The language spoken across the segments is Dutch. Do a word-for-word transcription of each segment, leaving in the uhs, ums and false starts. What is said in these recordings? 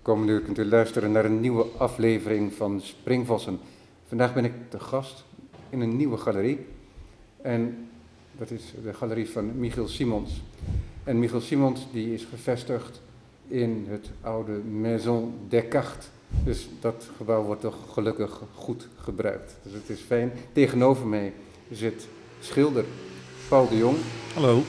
Komende uur kunt u luisteren naar een nieuwe aflevering van Springvossen. Vandaag ben ik te gast in een nieuwe galerie. En dat is de galerie van Michiel Simons. En Michiel Simons die is gevestigd in het oude Maison Descartes. Dus dat gebouw wordt toch gelukkig goed gebruikt. Dus het is fijn. Tegenover mij zit schilder Paul de Jong. Hallo.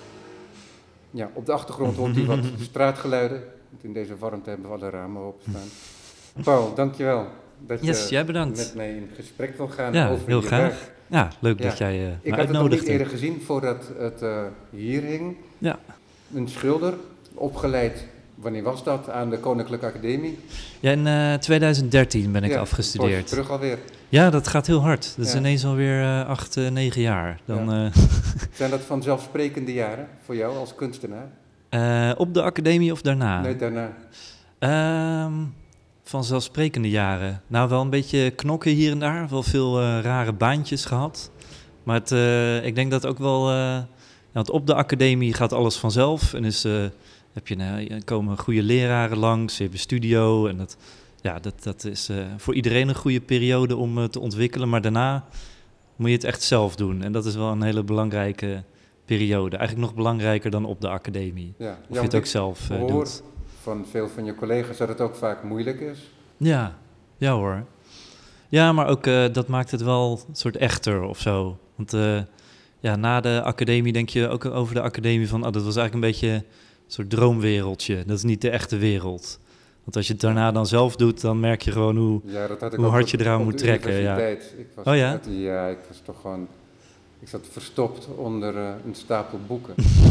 Ja, op de achtergrond hoort u wat straatgeluiden. Want in deze warmte hebben we alle ramen openstaan. Paul, dankjewel dat yes, je jij bedankt. met mij in gesprek wil gaan ja, over heel je graag. werk. Ja, leuk Ja. dat jij uh, Ik me had het nog niet uitnodigde. eerder gezien voordat het uh, hier hing. Ja. Een schilder, opgeleid, wanneer was dat, aan de Koninklijke Academie? Ja, in uh, twintig dertien ben ik ja, afgestudeerd. terug alweer. Ja, dat gaat heel hard. Dat is Ja. ineens alweer uh, acht, uh, negen jaar. Dan, Ja. uh, Zijn dat vanzelfsprekende jaren voor jou als kunstenaar? uh, op de academie of daarna? Nee, daarna. Uh, vanzelfsprekende jaren. Nou, wel een beetje knokken hier en daar. Wel veel uh, rare baantjes gehad. Maar het, uh, ik denk dat ook wel... Uh, ja, want op de academie gaat alles vanzelf. En is, uh, heb je, nou, komen goede leraren langs. Je hebt een studio. En dat, ja, dat, dat is uh, voor iedereen een goede periode om uh, te ontwikkelen. Maar daarna moet je het echt zelf doen. En dat is wel een hele belangrijke periode. Eigenlijk nog belangrijker dan op de academie. Ja. Of je het ook zelf uh, hoor doet. Van veel van je collega's dat het ook vaak moeilijk is. Ja, ja hoor. Ja, maar ook uh, dat maakt het wel een soort echter of zo. Want uh, ja, na de academie denk je ook over de academie van... Oh, dat was eigenlijk een beetje een soort droomwereldje. Dat is niet de echte wereld. Want als je het daarna dan zelf doet, dan merk je gewoon hoe, ja, dat had ik hoe ook hard op, je eraan op moet de trekken. Ja. universiteit. Ik was, Oh ja? uit die, ja, ik was toch gewoon... Ik zat verstopt onder uh, een stapel boeken.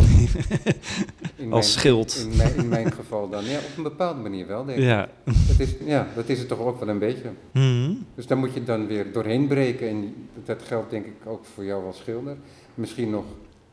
In Als mijn, schild. In mijn, in mijn geval dan. Ja, op een bepaalde manier wel, denk ik. Ja. Dat is, ja, dat is het toch ook wel een beetje. Mm-hmm. Dus daar moet je dan weer doorheen breken. En dat geldt denk ik ook voor jou als schilder. Misschien nog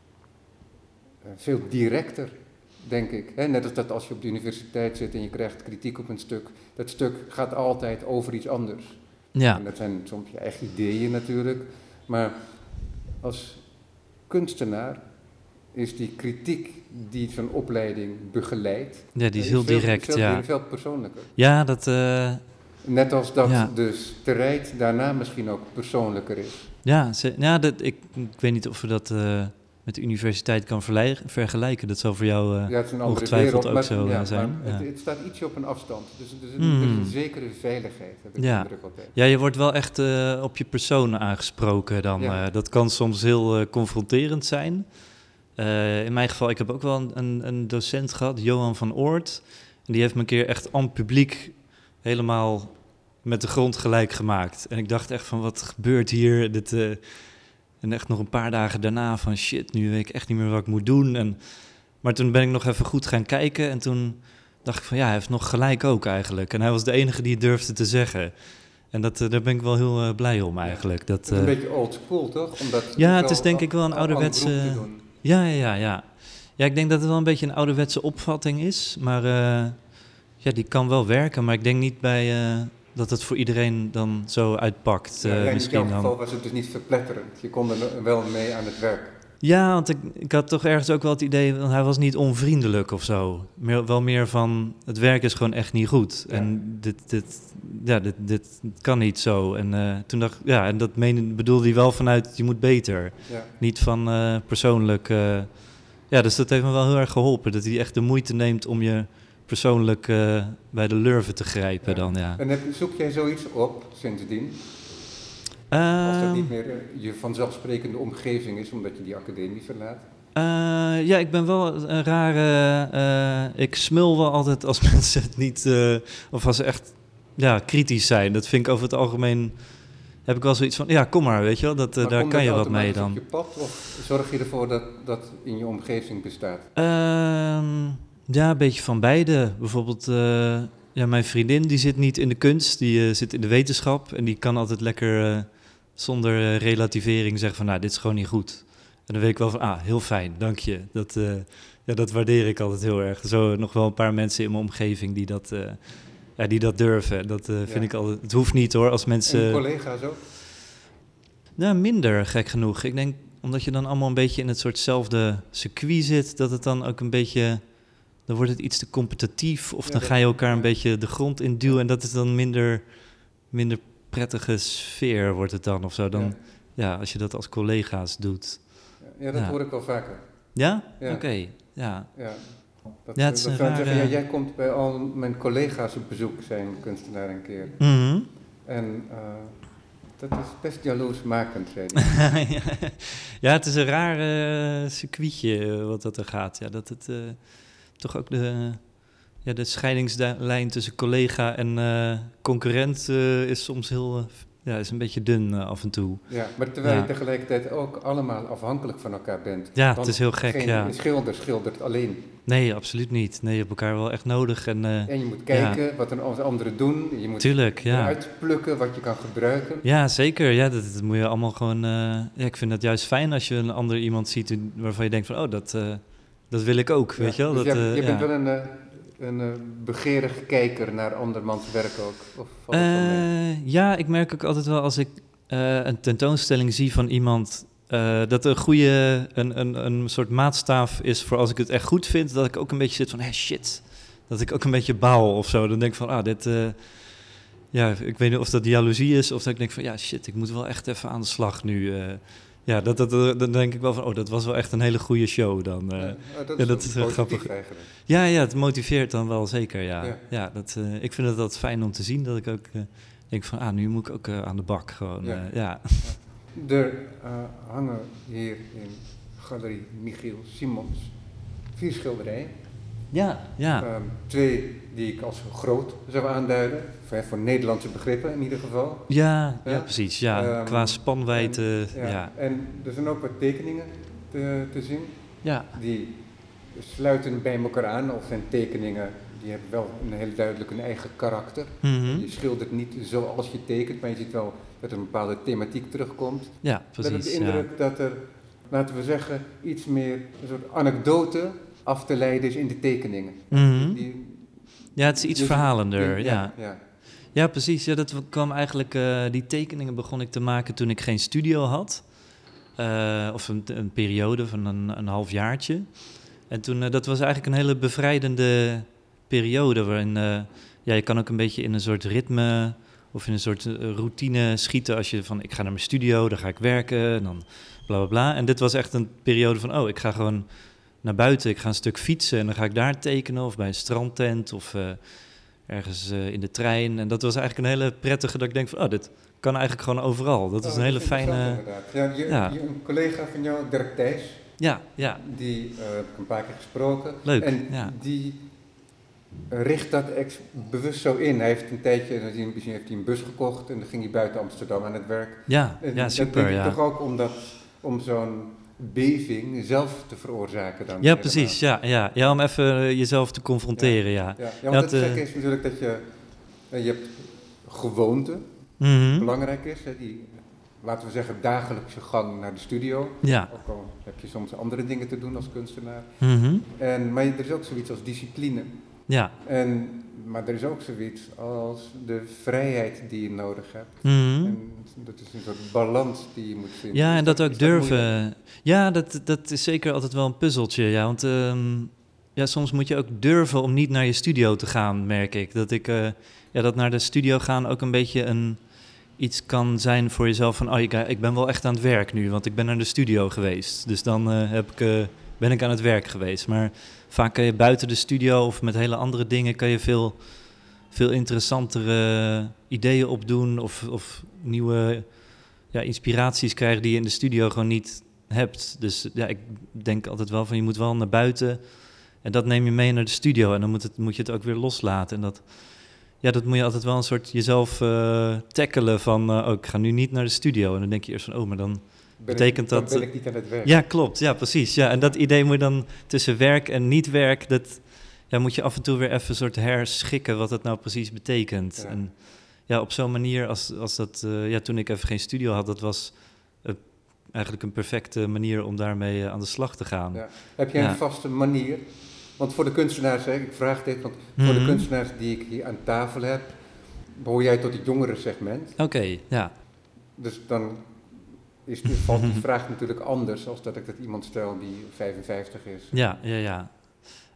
uh, veel directer, denk ik. Hè? Net als dat als je op de universiteit zit en je krijgt kritiek op een stuk. Dat stuk gaat altijd over iets anders. Ja. En dat zijn soms je eigen ideeën natuurlijk. Maar als kunstenaar is die kritiek die zo'n opleiding begeleidt... Ja, die is uh, heel veel, direct, veel, ja. veel persoonlijker. Ja, dat... Uh, Net als dat ja. de strijd daarna misschien ook persoonlijker is. Ja, ze, ja dat, ik, ik weet niet of we dat uh, met de universiteit kan verlei- vergelijken. Dat zal voor jou uh, ja, het is een andere ongetwijfeld wereld, ook maar, zo ja, zijn. Maar Ja. het, het staat ietsje op een afstand. Dus er is een, Mm. er is een zekere veiligheid, heb ik Ja. de indruk altijd. Ja, je wordt wel echt uh, op je persoon aangesproken dan. Ja. Uh, dat kan soms heel uh, confronterend zijn. Uh, in mijn geval, ik heb ook wel een, een, een docent gehad, Johan van Oort. En die heeft me een keer echt aan publiek helemaal met de grond gelijk gemaakt. En ik dacht echt van, wat gebeurt hier? Dit, uh, en echt nog een paar dagen daarna van, shit, nu weet ik echt niet meer wat ik moet doen. En, maar toen ben ik nog even goed gaan kijken en toen dacht ik van, ja, hij heeft nog gelijk ook eigenlijk. En hij was de enige die het durfde te zeggen. En dat, uh, daar ben ik wel heel uh, blij om eigenlijk. Dat, Het is een uh, beetje old school, toch? Omdat ja, zo het is denk aan- ik wel een aan- ouderwetse... aan beroep te doen. Ja, ja, ja, ja. Ja, ik denk dat het wel een beetje een ouderwetse opvatting is. Maar uh, ja, die kan wel werken. Maar ik denk niet bij, uh, dat het voor iedereen dan zo uitpakt. Uh, Ja, ja, in misschien jouw dan. geval was het dus niet verpletterend. Je kon er wel mee aan het werk. Ja, want ik, ik had toch ergens ook wel het idee... want hij was niet onvriendelijk of zo. Meer, wel meer van, het werk is gewoon echt niet goed. Ja. En dit, dit, ja, dit, dit kan niet zo. En uh, toen dacht ik... Ja, en dat meen, bedoelde hij wel vanuit, je moet beter. Ja. Niet van uh, persoonlijk... Uh, ja, dus dat heeft me wel heel erg geholpen. Dat hij echt de moeite neemt om je persoonlijk uh, bij de lurven te grijpen Ja. dan, ja. En heb, zoek jij zoiets op sindsdien? Uh, Als dat niet meer uh, je vanzelfsprekende omgeving is, omdat je die academie verlaat? Uh, ja, ik ben wel een rare... Uh, ik smul wel altijd als mensen het niet... Uh, of als ze echt ja, kritisch zijn. Dat vind ik over het algemeen... Heb ik wel zoiets van... Ja, kom maar, weet je wel. Dat, uh, daar kan je wat mee dan. Op je pad, of zorg je ervoor dat dat in je omgeving bestaat? Uh, ja, een beetje van beide. Bijvoorbeeld... Uh, ja, mijn vriendin die zit niet in de kunst. Die uh, zit in de wetenschap. En die kan altijd lekker... Uh, zonder uh, relativering zeggen van... Nou, dit is gewoon niet goed. En dan weet ik wel van, ah, heel fijn, dank je. Dat, uh, ja, dat waardeer ik altijd heel erg. Zo nog wel een paar mensen in mijn omgeving die dat, uh, ja, die dat durven. Dat uh, vind ja. ik altijd... Het hoeft niet hoor, als mensen... En collega's ook? Nou, minder, gek genoeg. Ik denk, omdat je dan allemaal een beetje in het soortzelfde circuit zit... dat het dan ook een beetje dan wordt het iets te competitief of Ja, dan dat- ga je elkaar een ja. beetje de grond in duwen en dat is dan minder, minder prettige sfeer wordt het dan of zo. Dan, Ja. ja, als je dat als collega's doet. Ja, dat Ja. hoor ik wel vaker. Ja? Ja. Oké, ja. Ja. Dat, Ja, het is dat een zou rare- zeggen, ja, jij komt bij al mijn collega's op bezoek, zijn kunstenaar een keer. Mhm. En uh, dat is best jaloersmakend, zei hij. Ja, het is een raar uh, circuitje uh, wat dat er gaat. Ja, dat het uh, toch ook de, ja, de scheidingslijn tussen collega en uh, concurrent uh, is soms heel, uh, ja, is een beetje dun uh, af en toe. Ja, maar terwijl Ja. je tegelijkertijd ook allemaal afhankelijk van elkaar bent. Ja, Want het is heel gek, geen ja. schilder schildert alleen. Nee, absoluut niet. Nee, je hebt elkaar wel echt nodig. En, uh, En je moet kijken wat een anderen doen. Je moet tuurlijk, ja. uitplukken wat je kan gebruiken. Ja, zeker. Ja, dat, dat moet je allemaal gewoon... Uh, ja, ik vind het juist fijn als je een ander iemand ziet waarvan je denkt van... oh, dat, uh, dat wil ik ook, Ja, weet je wel. Dus dat, je, uh, je bent ja. wel een, uh, een uh, begeerig kijker naar andermans werk ook? Of valt het wel mee? Uh, ja, ik merk ook altijd wel als ik uh, een tentoonstelling zie van iemand... Uh, dat een goede, een, een, een soort maatstaaf is voor als ik het echt goed vind... dat ik ook een beetje zit van, hé, hey, shit. Dat ik ook een beetje baal of zo. Dan denk ik van, ah, dit... Uh, ja, ik weet niet of dat jaloezie is of dat ik denk van... ja, shit, ik moet wel echt even aan de slag nu. Uh, ja, dat, dat, dan denk ik wel van, oh, dat was wel echt een hele goede show dan. Uh, ja, oh, dat ja, is, dat is wel wel grappig. Eigenlijk. Ja, ja, het motiveert dan wel zeker, ja. Ja. ja dat, uh, ik vind het dat fijn om te zien dat ik ook uh, denk van... ah, nu moet ik ook uh, aan de bak gewoon, Ja. Uh, ja. Er uh, hangen hier in Galerie Michiel Simons vier schilderijen. Ja, ja. Um, twee die ik als groot zou aanduiden, voor, voor Nederlandse begrippen in ieder geval. Ja, ja, Ja. precies. Ja. Um, Qua spanwijdte. En, ja. Ja. En er zijn ook wat tekeningen te, te zien. Ja. Die sluiten bij elkaar aan, of zijn tekeningen, die hebben wel een heel duidelijk een eigen karakter. Mm-hmm. Je schildert niet zoals je tekent, maar je ziet wel dat er een bepaalde thematiek terugkomt. Ja, precies. Ik heb de indruk ja. dat er, laten we zeggen, iets meer een soort anekdote af te leiden is in de tekeningen. Mm-hmm. Die, ja, het is iets dus, verhalender, die, ja. Ja, ja. Ja, precies. Ja, dat kwam eigenlijk, uh, die tekeningen begon ik te maken toen ik geen studio had. Uh, of een, een periode van een, een halfjaartje. En toen, uh, dat was eigenlijk een hele bevrijdende periode waarin uh, ja, je kan ook een beetje in een soort ritme of in een soort uh, routine schieten als je van ik ga naar mijn studio, dan ga ik werken en dan bla bla bla. En dit was echt een periode van oh, ik ga gewoon naar buiten, ik ga een stuk fietsen en dan ga ik daar tekenen of bij een strandtent of uh, ergens uh, in de trein. En dat was eigenlijk een hele prettige dat ik denk van oh, dit kan eigenlijk gewoon overal. Dat is oh, een hele dat is fijne... Ja, je, ja. je, een collega van jou, Dirk Thijs, ja, ja. die uh, heb ik een paar keer gesproken. Leuk, en ja. die richt dat ex bewust zo in. Hij heeft een tijdje, misschien heeft hij een bus gekocht en dan ging hij buiten Amsterdam aan het werk. Ja, en ja super. Dat denk ja. ik toch ook om, dat, om zo'n beving zelf te veroorzaken dan. Ja, precies. Ja, ja. ja, om even jezelf te confronteren, ja. Ja, ja. ja want ja, het gekke is natuurlijk dat je, je hebt gewoonte, mm-hmm. belangrijk is, hè, die, laten we zeggen, dagelijkse gang naar de studio. Ja. Ook al heb je soms andere dingen te doen als kunstenaar. Mm-hmm. En, maar er is ook zoiets als discipline. Ja. En, maar er is ook zoiets als de vrijheid die je nodig hebt. Mm-hmm. En dat is een soort balans die je moet vinden. Ja, en is dat, dat ook is dat durven. moeilijk? Ja, dat, dat is zeker altijd wel een puzzeltje. Ja, want um, ja, soms moet je ook durven om niet naar je studio te gaan, merk ik. Dat ik, uh, ja, dat naar de studio gaan ook een beetje een... iets kan zijn voor jezelf van... oh, ik, ik ben wel echt aan het werk nu, want ik ben naar de studio geweest. Dus dan uh, heb ik, uh, ben ik aan het werk geweest. Maar vaak kan je buiten de studio of met hele andere dingen... kan je veel, veel interessantere ideeën opdoen... of, of nieuwe ja, inspiraties krijgen die je in de studio gewoon niet hebt. Dus ja, ik denk altijd wel van je moet wel naar buiten... en dat neem je mee naar de studio... en dan moet, het, moet je het ook weer loslaten. En dat... Ja, dat moet je altijd wel een soort jezelf uh, tackelen van... Uh, oh, ik ga nu niet naar de studio. En dan denk je eerst van, oh, maar dan ben betekent ik, dan dat... ben ik niet aan het werk. Ja, klopt. Ja, precies. Ja, en dat idee moet je dan tussen werk en niet-werk... dat ja, moet je af en toe weer even een soort herschikken... wat dat nou precies betekent. Ja. En ja, op zo'n manier als, als dat... Uh, ja, toen ik even geen studio had, dat was... Uh, eigenlijk een perfecte manier om daarmee uh, aan de slag te gaan. Ja. Heb jij ja. een vaste manier... Want voor de kunstenaars, hè, ik vraag dit, want voor mm-hmm. de kunstenaars die ik hier aan tafel heb, behoor jij tot het jongere segment. Oké, okay, ja. Dus dan is, valt die vraag natuurlijk anders als dat ik dat iemand stel die vijfenvijftig is. Ja, ja, ja.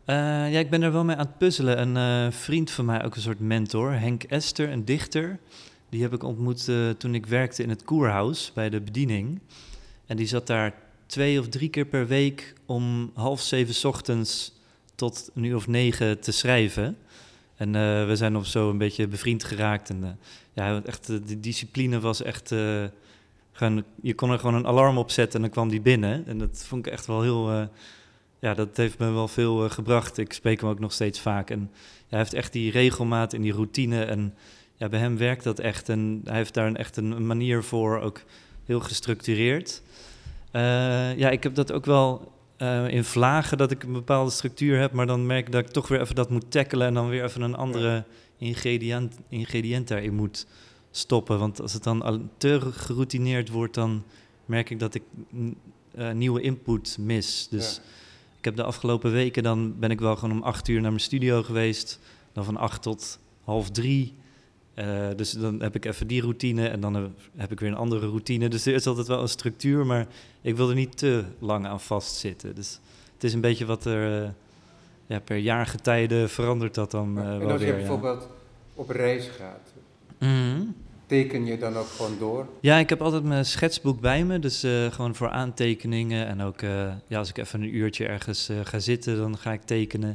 Uh, ja, ik ben er wel mee aan het puzzelen. Een uh, vriend van mij, ook een soort mentor, Henk Ester, een dichter. Die heb ik ontmoet uh, toen ik werkte in het Koerhuis bij de bediening. En die zat daar twee of drie keer per week om half zeven 's ochtends tot een uur of negen te schrijven. En uh, we zijn op zo een beetje bevriend geraakt. En uh, ja, echt, uh, de discipline was echt... Uh, gewoon, je kon er gewoon een alarm op zetten en dan kwam die binnen. En dat vond ik echt wel heel... Uh, ja, dat heeft me wel veel uh, gebracht. Ik spreek hem ook nog steeds vaak. En ja, hij heeft echt die regelmaat en die routine. En ja, bij hem werkt dat echt. En hij heeft daar een, echt een, een manier voor, ook heel gestructureerd. Uh, ja, ik heb dat ook wel uh, in vlagen, dat ik een bepaalde structuur heb. Maar dan merk ik dat ik toch weer even dat moet tackelen. En dan weer even een andere ingrediënt, ingrediënt daarin moet stoppen. Want als het dan al te geroutineerd wordt, dan merk ik dat ik uh, nieuwe input mis. Dus... Ja. Ik heb de afgelopen weken, dan ben ik wel gewoon om acht uur naar mijn studio geweest. Dan van acht tot half drie. Uh, dus dan heb ik even die routine en dan heb ik weer een andere routine. Dus er is altijd wel een structuur, maar ik wil er niet te lang aan vastzitten. Dus het is een beetje wat er uh, ja, per jaargetijde verandert dat dan uh, ja, en wel als weer. je bijvoorbeeld ja. op reis gaat, mm-hmm. teken je dan ook gewoon door? Ja, ik heb altijd mijn schetsboek bij me, dus uh, gewoon voor aantekeningen. En ook uh, ja, als ik even een uurtje ergens uh, ga zitten, dan ga ik tekenen.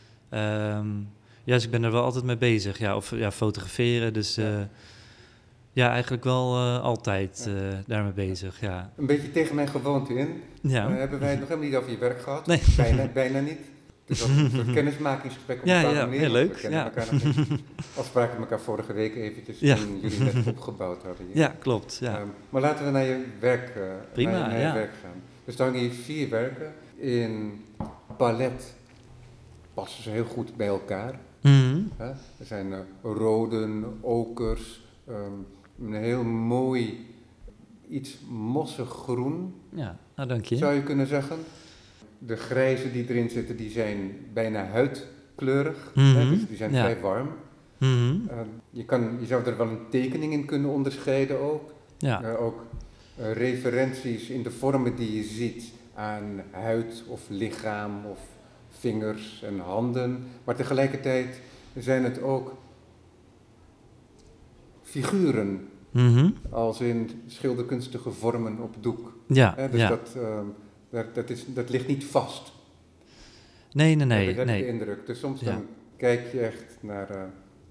Um, ja, dus ik ben er wel altijd mee bezig. Ja, of ja, fotograferen, dus uh, ja. ja, eigenlijk wel uh, altijd uh, daarmee bezig, ja. Een beetje tegen mijn gewoonte in. Ja. Uh, hebben wij het nog helemaal niet over je werk gehad? Nee. Bijna, bijna niet. Dus dat is een soort kennismakingsgesprek op ja, een bepaalde ja, manier. heel leuk. We kennen Ja. elkaar nog niet. Al spraken we elkaar vorige week eventjes ja. toen jullie net opgebouwd hadden. Hier. Ja, klopt. Ja. Um, maar laten we naar je werk, uh, Prima, naar, naar je ja. werk gaan. Dus dan hangen hier vier werken. In palet passen ze heel goed bij elkaar. Mm-hmm. Hè? Er zijn uh, roden, okers, um, een heel mooi iets mossig groen. Ja, nou dank je. Zou je kunnen zeggen. De grijze die erin zitten, die zijn bijna huidkleurig. Mm-hmm. Hè? Dus die zijn ja. vrij warm. Mm-hmm. Uh, je, kan, je zou er wel een tekening in kunnen onderscheiden ook. Ja. Uh, ook uh, referenties in de vormen die je ziet aan huid of lichaam of vingers en handen. Maar tegelijkertijd zijn het ook figuren, mm-hmm. als in schilderkunstige vormen op doek. Ja, Hè, dus ja. dat, uh, dat, dat, is, dat ligt niet vast. Nee, nee, nee. Dat, dat nee. is de indruk. Dus soms ja. dan kijk je echt naar uh,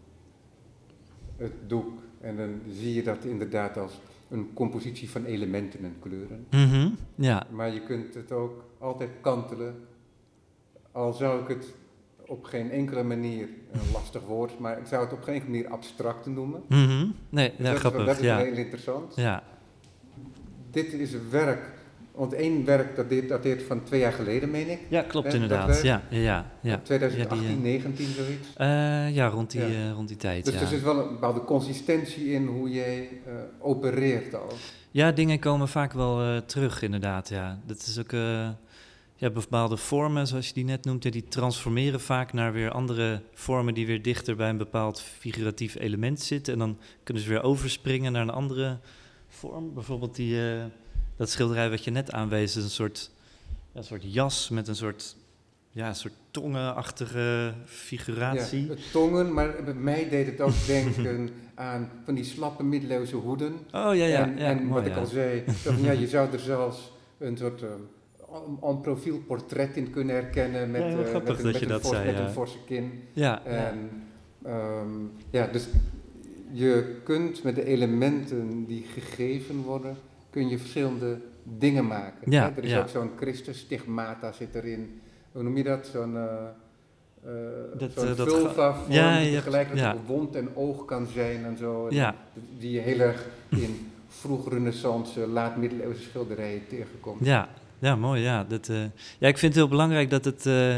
het doek en dan zie je dat inderdaad als een compositie van elementen en kleuren. Mm-hmm. Ja. Maar je kunt het ook altijd kantelen, al zou ik het op geen enkele manier, een lastig woord, maar ik zou het op geen enkele manier abstract noemen. Mm-hmm. Nee, Dus ja, dat grappig. is, wel, dat is ja. heel interessant. Ja. Dit is een werk, want één werk dat dateert, dateert van twee jaar geleden, meen ik. Ja, klopt Hè, inderdaad. Ja, ja, ja, ja. twintig achttien, ja, die, uh, negentien, zoiets. Uh, ja, rond die, Ja. Uh, rond die tijd. Dus ja. er zit wel een bepaalde consistentie in hoe jij uh, opereert al. Ja, dingen komen vaak wel uh, terug inderdaad, ja. Dat is ook... Uh, ja, bepaalde vormen, zoals je die net noemde, die transformeren vaak naar weer andere vormen die weer dichter bij een bepaald figuratief element zitten. En dan kunnen ze weer overspringen naar een andere vorm. Bijvoorbeeld die, uh, dat schilderij wat je net aanwees, is een soort, ja, een soort jas met een soort, ja, een soort tongenachtige figuratie. Ja, tongen, maar bij mij deed het ook denken aan van die slappe middeleeuwse hoeden. Oh ja, ja. En, ja en mooi, wat ja. ik al zei, dat, ja, je zou er zelfs een soort... Uh, een profielportret in kunnen herkennen met, ja, heel uh, grappig met, een, dat met, je een, dat forse, zei, met ja. een forse kin. Ja, en, ja. Um, ja, dus je kunt met de elementen die gegeven worden, kun je verschillende dingen maken. Ja, hè? Er is ja. ook zo'n Christus stigmata zit erin. Hoe noem je dat? Zo'n uh, uh, Dat, zo'n uh, dat vulva-vorm ja, die ja, tegelijkertijd ja. ook wond en oog kan zijn en zo. En Ja. die je heel erg in vroeg renaissance, laat middeleeuwse schilderijen tegenkomt. Ja. Ja, mooi. Ja. Dat, uh, ja, ik vind het heel belangrijk dat het... Uh, uh,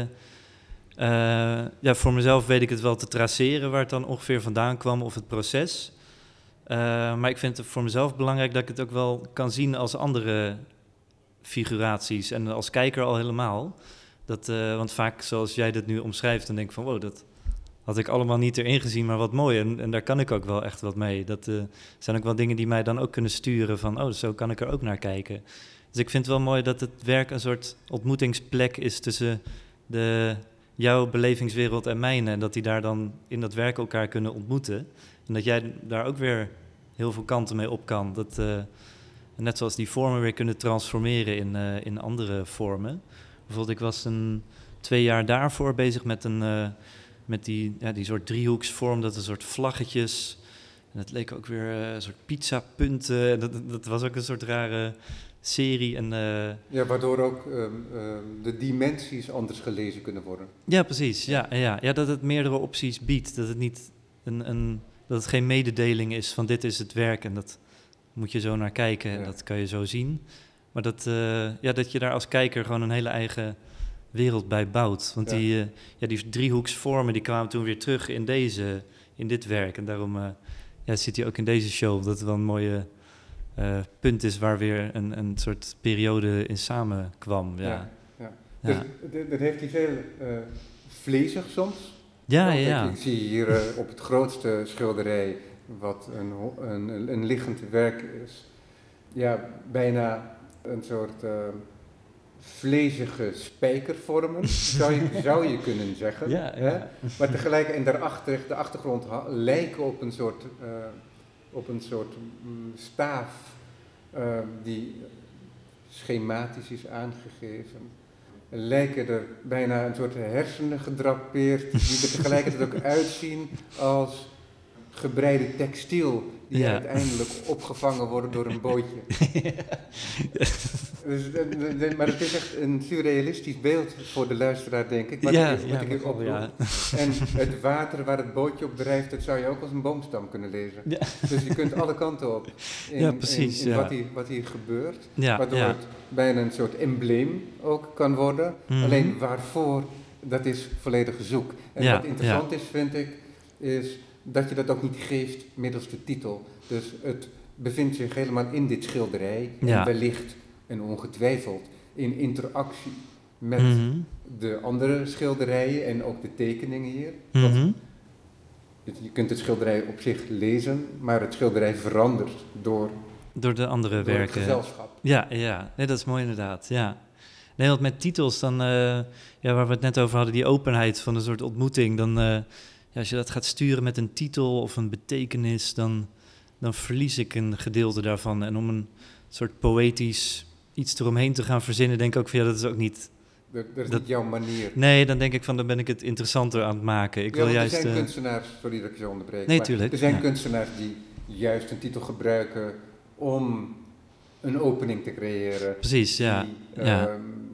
ja, voor mezelf weet ik het wel te traceren waar het dan ongeveer vandaan kwam of het proces. Uh, maar ik vind het voor mezelf belangrijk dat ik het ook wel kan zien als andere figuraties. En als kijker al helemaal. Dat, uh, want vaak, zoals jij dat nu omschrijft, dan denk ik van... wow, dat had ik allemaal niet erin gezien, maar wat mooi. En, en daar kan ik ook wel echt wat mee. Dat uh, zijn ook wel dingen die mij dan ook kunnen sturen van... oh, zo kan ik er ook naar kijken. Dus ik vind het wel mooi dat het werk een soort ontmoetingsplek is tussen de jouw belevingswereld en mijne. En dat die daar dan in dat werk elkaar kunnen ontmoeten. En dat jij daar ook weer heel veel kanten mee op kan. Dat, uh, net zoals die vormen weer kunnen transformeren in, uh, in andere vormen. Bijvoorbeeld, ik was een, twee jaar daarvoor bezig met, een, uh, met die, ja, die soort driehoeksvorm. Dat een soort vlaggetjes. En het leek ook weer uh, een soort pizzapunten. Dat, dat was ook een soort rare serie. En, uh, ja, waardoor ook um, uh, de dimensies anders gelezen kunnen worden. Ja, precies. Ja, ja, ja, dat het meerdere opties biedt. Dat het niet een, een, dat het geen mededeling is van dit is het werk en dat moet je zo naar kijken en ja. dat kan je zo zien. Maar dat, uh, ja, dat je daar als kijker gewoon een hele eigen wereld bij bouwt. Want ja. die, uh, ja, die driehoeksvormen die kwamen toen weer terug in, deze, in dit werk. En daarom uh, ja, zit hij ook in deze show. Dat het wel een mooie uh, punt is waar weer een, een soort periode in samenkwam. Ja. Ja, ja. Ja. Dus dat heeft iets heel uh, vlezig soms. Ja, ja, ja. Ik zie hier uh, op het grootste schilderij, wat een, een, een liggend werk is, ja, bijna een soort uh, vlezige spijkervormen, zou je, zou je kunnen zeggen. Ja, ja. Hè? Maar tegelijk, en daarachter, de achtergrond ha- lijken op een soort, uh, op een soort um, staaf uh, die schematisch is aangegeven. Lijken er bijna een soort hersenen gedrapeerd, die er tegelijkertijd ook uitzien als gebreide textiel, die ja. uiteindelijk opgevangen worden door een bootje. Ja. Dus, de, de, maar het is echt een surrealistisch beeld voor de luisteraar, denk ik. Wat ja, ik, wat ja, ik hier oproep. Ja. En het water waar het bootje op drijft, dat zou je ook als een boomstam kunnen lezen. Ja. Dus je kunt alle kanten op in, ja, precies, in, in ja. wat, hier, wat hier gebeurt. Ja, waardoor ja. het bijna een soort embleem ook kan worden. Mm-hmm. Alleen waarvoor, dat is volledig zoek. En ja, wat interessant ja. is, vind ik, is dat je dat ook niet geeft middels de titel. Dus het bevindt zich helemaal in dit schilderij ja. en wellicht en ongetwijfeld in interactie met mm-hmm. de andere schilderijen en ook de tekeningen hier. Mm-hmm. Want je kunt het schilderij op zich lezen, maar het schilderij verandert door, door de andere door werken. het gezelschap. Ja, ja. Nee, dat is mooi inderdaad, ja. Nee, want met titels dan, uh, ja, waar we het net over hadden, die openheid van een soort ontmoeting, dan, uh, ja, als je dat gaat sturen met een titel of een betekenis, dan, dan verlies ik een gedeelte daarvan. En om een soort poëtisch iets eromheen te gaan verzinnen, denk ik ook van, ja, dat is ook niet... Dat, dat is dat, niet jouw manier. Nee, dan denk ik van, dan ben ik het interessanter aan het maken. Ik ja, wil juist, er zijn uh, kunstenaars, sorry dat ik je zo onderbreek, nee, maar tuurlijk, er zijn ja. kunstenaars die juist een titel gebruiken om een opening te creëren. Precies, ja. Die, ja. Uh,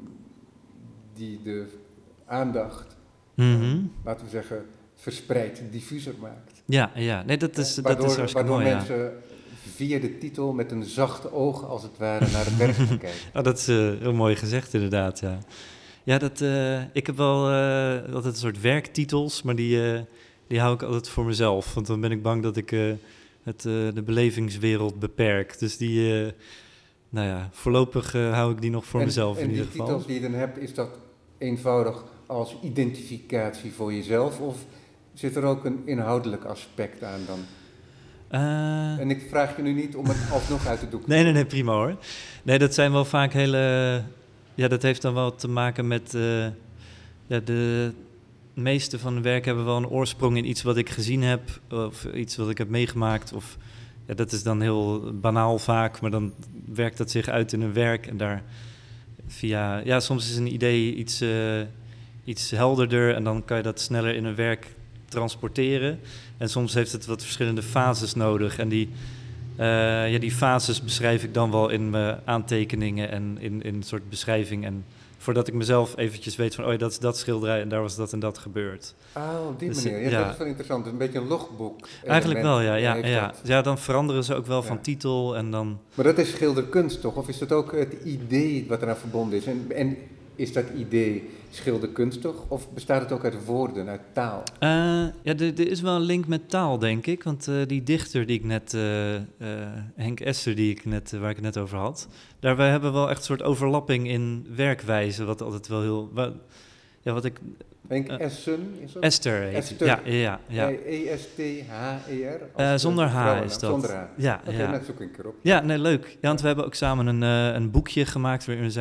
die de aandacht, mm-hmm. uh, laten we zeggen, verspreid, diffuser maakt. Ja, ja. Nee, dat is, waardoor, dat is hartstikke waardoor mooi, mensen ja. via de titel met een zacht oog, als het ware, naar het werk gaan kijken. Oh, dat is uh, heel mooi gezegd, inderdaad, ja. Ja, dat, uh, ik heb wel uh, altijd een soort werktitels, maar die, uh, die hou ik altijd voor mezelf. Want dan ben ik bang dat ik uh, het, uh, de belevingswereld beperk. Dus die, uh, nou ja, voorlopig uh, hou ik die nog voor en, mezelf en in ieder die geval. titels die je dan hebt, is dat eenvoudig als identificatie voor jezelf? Of zit er ook een inhoudelijk aspect aan dan? Uh, en ik vraag je nu niet om het alsnog uit te doeken. Nee, nee, nee, prima hoor. Nee, dat zijn wel vaak hele... Ja, dat heeft dan wel te maken met... Uh, ja, de meeste van de werk hebben wel een oorsprong in iets wat ik gezien heb. Of iets wat ik heb meegemaakt. Of, ja, dat is dan heel banaal vaak, maar dan werkt dat zich uit in een werk. En daar via... Ja, soms is een idee iets, uh, iets helderder en dan kan je dat sneller in een werk transporteren. En soms heeft het wat verschillende fases nodig. En die, uh, ja, die fases beschrijf ik dan wel in mijn aantekeningen en in, in een soort beschrijving. En voordat ik mezelf eventjes weet van, oh ja, dat is dat schilderij en daar was dat en dat gebeurd. Ah, op die dus, manier. Ja, ja. dat is wel interessant. Een beetje een logboek. Eigenlijk wel, ja. Ja, ja. ja, dan veranderen ze ook wel ja. van titel en dan... Maar dat is schilderkunst toch? Of is dat ook het idee wat eraan verbonden is? En, en is dat idee schilderkunstig of bestaat het ook uit woorden, uit taal? Uh, ja, er, er is wel een link met taal, denk ik. Want uh, die dichter die ik net, uh, uh, Henk Ester, die ik net, uh, waar ik het net over had, daar we hebben wel echt een soort overlapping in werkwijze, wat altijd wel heel... Wat, ja, wat ik... Henk uh, Essen is dat? Esther heet Esther. Ja, ja, ja. E S T H E R? Uh, zonder H is dat. Zonder H. Ja, Oké, ja. dat zoek ik een keer op. Ja, nee, leuk. Ja, want we hebben ook samen een, uh, een boekje gemaakt waarin we zijn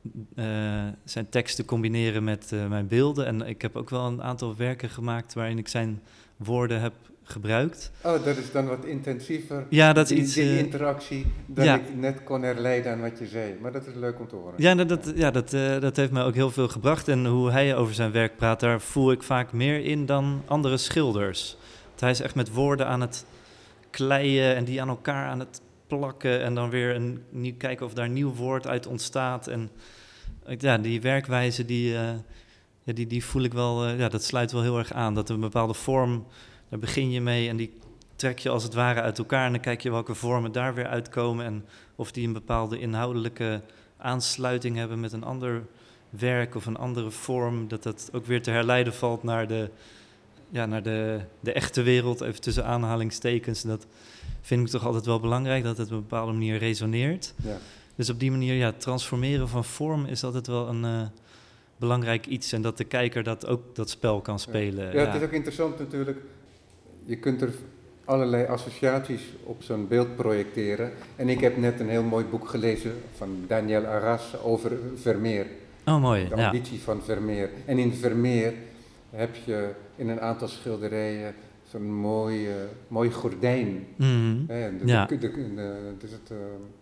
uh, zijn teksten combineren met uh, mijn beelden. En ik heb ook wel een aantal werken gemaakt waarin ik zijn woorden heb gebruikt. Oh, dat is dan wat intensiever. Ja, dat is die, iets... Die uh, interactie, dat ja. ik net kon herleiden aan wat je zei. Maar dat is leuk om te horen. Ja, dat, dat, ja, dat, uh, dat heeft mij ook heel veel gebracht. En hoe hij over zijn werk praat, daar voel ik vaak meer in dan andere schilders. Want hij is echt met woorden aan het kleien en die aan elkaar aan het plakken. En dan weer een, nieuw, kijken of daar een nieuw woord uit ontstaat. En ja, die werkwijze, die, uh, ja, die, die voel ik wel, uh, ja, dat sluit wel heel erg aan. Dat er een bepaalde vorm, daar begin je mee en die trek je als het ware uit elkaar. En dan kijk je welke vormen daar weer uitkomen en of die een bepaalde inhoudelijke aansluiting hebben met een ander werk of een andere vorm. Dat dat ook weer te herleiden valt naar de, ja, naar de, de echte wereld, even tussen aanhalingstekens. En dat vind ik toch altijd wel belangrijk, dat het op een bepaalde manier resoneert. Ja. Dus op die manier, ja, transformeren van vorm is altijd wel een uh, belangrijk iets. En dat de kijker dat ook dat spel kan spelen. Ja, ja, het ja. is ook interessant natuurlijk. Je kunt er allerlei associaties op zo'n beeld projecteren. En ik heb net een heel mooi boek gelezen van Daniel Arras over Vermeer. Oh, mooi. De ambitie ja. van Vermeer. En in Vermeer heb je in een aantal schilderijen zo'n mooi, uh, mooi gordijn. Mm-hmm. Ja, de, ja. de, de, de, de, de,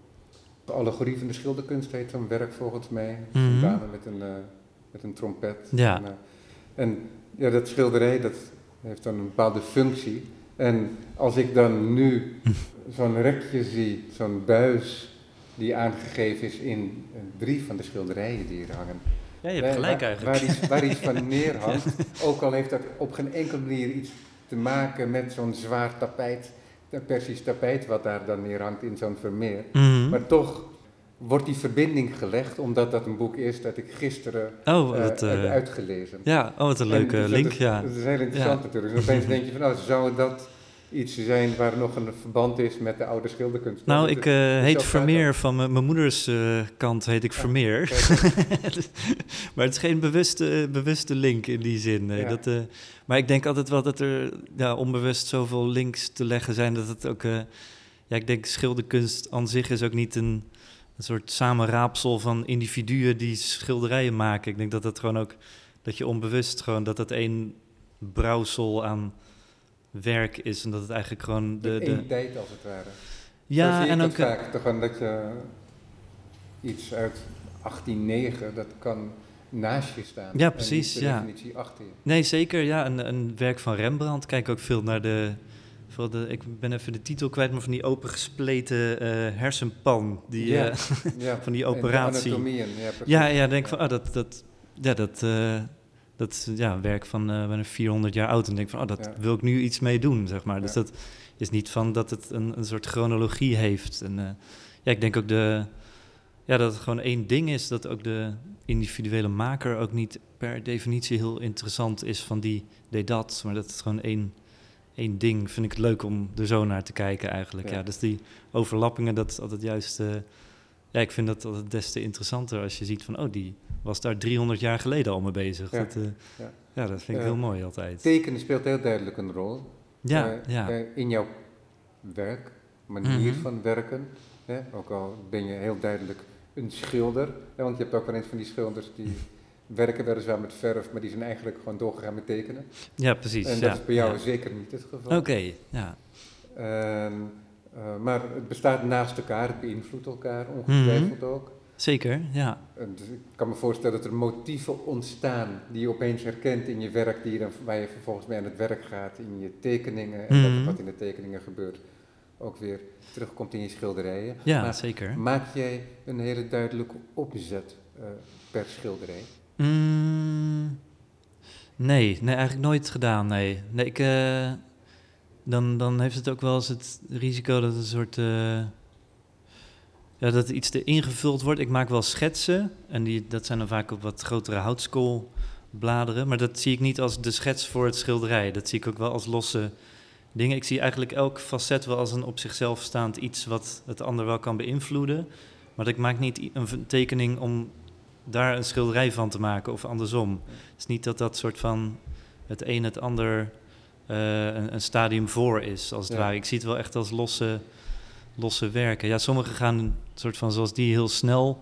de allegorie van de schilderkunst heet zo'n werk volgens mij. Mm-hmm. Een dame met een, uh, met een trompet. Ja. En, uh, en ja, dat schilderij dat heeft dan een bepaalde functie. En als ik dan nu zo'n rekje zie, zo'n buis die aangegeven is in uh, drie van de schilderijen die hier hangen. Ja, je hebt gelijk waar, eigenlijk. Waar iets, waar iets van neerhangt, ja. Ook al heeft dat op geen enkele manier iets te maken met zo'n zwaar tapijt, een Persisch tapijt wat daar dan neerhangt in zo'n Vermeer. Mm-hmm. Maar toch wordt die verbinding gelegd, omdat dat een boek is dat ik gisteren oh, uh, dat, uh, heb uitgelezen. Ja, oh, wat een leuke dus link, dat is, ja. Dat is heel interessant ja. natuurlijk. Dus opeens denk je van, nou, zou dat iets zijn waar nog een verband is met de oude schilderkunst? Nou, dat ik het, uh, heet Vermeer, van mijn moeders uh, kant heet ik ja, Vermeer. Maar het is geen bewuste, bewuste link in die zin. Nee. Ja. Dat, uh, maar ik denk altijd wel dat er ja, onbewust zoveel links te leggen zijn, dat het ook... Uh, ja, ik denk schilderkunst aan zich is ook niet een, een soort samenraapsel van individuen die schilderijen maken. Ik denk dat dat gewoon ook, dat je onbewust gewoon, dat dat één brouwsel aan werk is en dat het eigenlijk gewoon de... de één tijd als het ware. Ja, Zo zie en ik ook... vaak, toch dat je iets uit achttien negen, dat kan naast je staan. Ja, precies, en niet per ja. definitie achter je. Nee, zeker, ja. Een, een werk van Rembrandt, kijk ook veel naar de... De, ik ben even de titel kwijt, maar van die opengespleten uh, hersenpan. Die, ja, uh, ja. van die operatie. En de ja, ja, ja, denk ja. van, oh, dat, dat, ja, dat, uh, dat is ja, een werk van uh, bijna vierhonderd jaar oud. En denk van, oh, dat ja. wil ik nu iets mee doen, zeg maar. Dus ja. dat is niet van dat het een, een soort chronologie heeft. En uh, ja, ik denk ook de, ja, dat het gewoon één ding is, dat ook de individuele maker ook niet per definitie heel interessant is van die deed dat, maar dat het gewoon één... Eén ding vind ik het leuk om er zo naar te kijken eigenlijk. Ja. Ja, dus die overlappingen, dat is altijd juist... Uh, ja, ik vind dat altijd des te interessanter als je ziet van... oh, die was daar driehonderd jaar geleden al mee bezig. Ja, dat, uh, ja. ja, dat vind ik uh, heel mooi altijd. Tekenen speelt heel duidelijk een rol. Ja, uh, ja. Uh, in jouw werk, manier mm-hmm. van werken. Hè? Ook al ben je heel duidelijk een schilder. Hè? Want je hebt ook wel eens van die schilders die... werken weliswaar met verf, maar die zijn eigenlijk gewoon doorgegaan met tekenen. Ja, precies. En dat ja, is bij jou ja. zeker niet het geval. Oké, okay, ja. En, uh, maar het bestaat naast elkaar, het beïnvloedt elkaar ongetwijfeld mm-hmm. ook. Zeker, ja. En dus ik kan me voorstellen dat er motieven ontstaan die je opeens herkent in je werk, die je dan, waar je vervolgens mee aan het werk gaat, in je tekeningen en mm-hmm. dat wat in de tekeningen gebeurt ook weer terugkomt in je schilderijen. Ja, maar zeker. Maak jij een hele duidelijke opzet uh, per schilderij? Mm, nee, nee, eigenlijk nooit gedaan, nee. nee ik, uh, dan, dan heeft het ook wel eens het risico dat het een soort... Uh, ja, dat iets te ingevuld wordt. Ik maak wel schetsen en die, dat zijn dan vaak op wat grotere houtskoolbladeren. Maar dat zie ik niet als de schets voor het schilderij. Dat zie ik ook wel als losse dingen. Ik zie eigenlijk elk facet wel als een op zichzelf staand iets wat het ander wel kan beïnvloeden. Maar ik maak niet een tekening om... daar een schilderij van te maken of andersom. Het is niet dat dat soort van het een het ander uh, een, een stadium voor is, als het ja. ware. Ik zie het wel echt als losse, losse werken. Ja, sommige gaan een soort van zoals die heel snel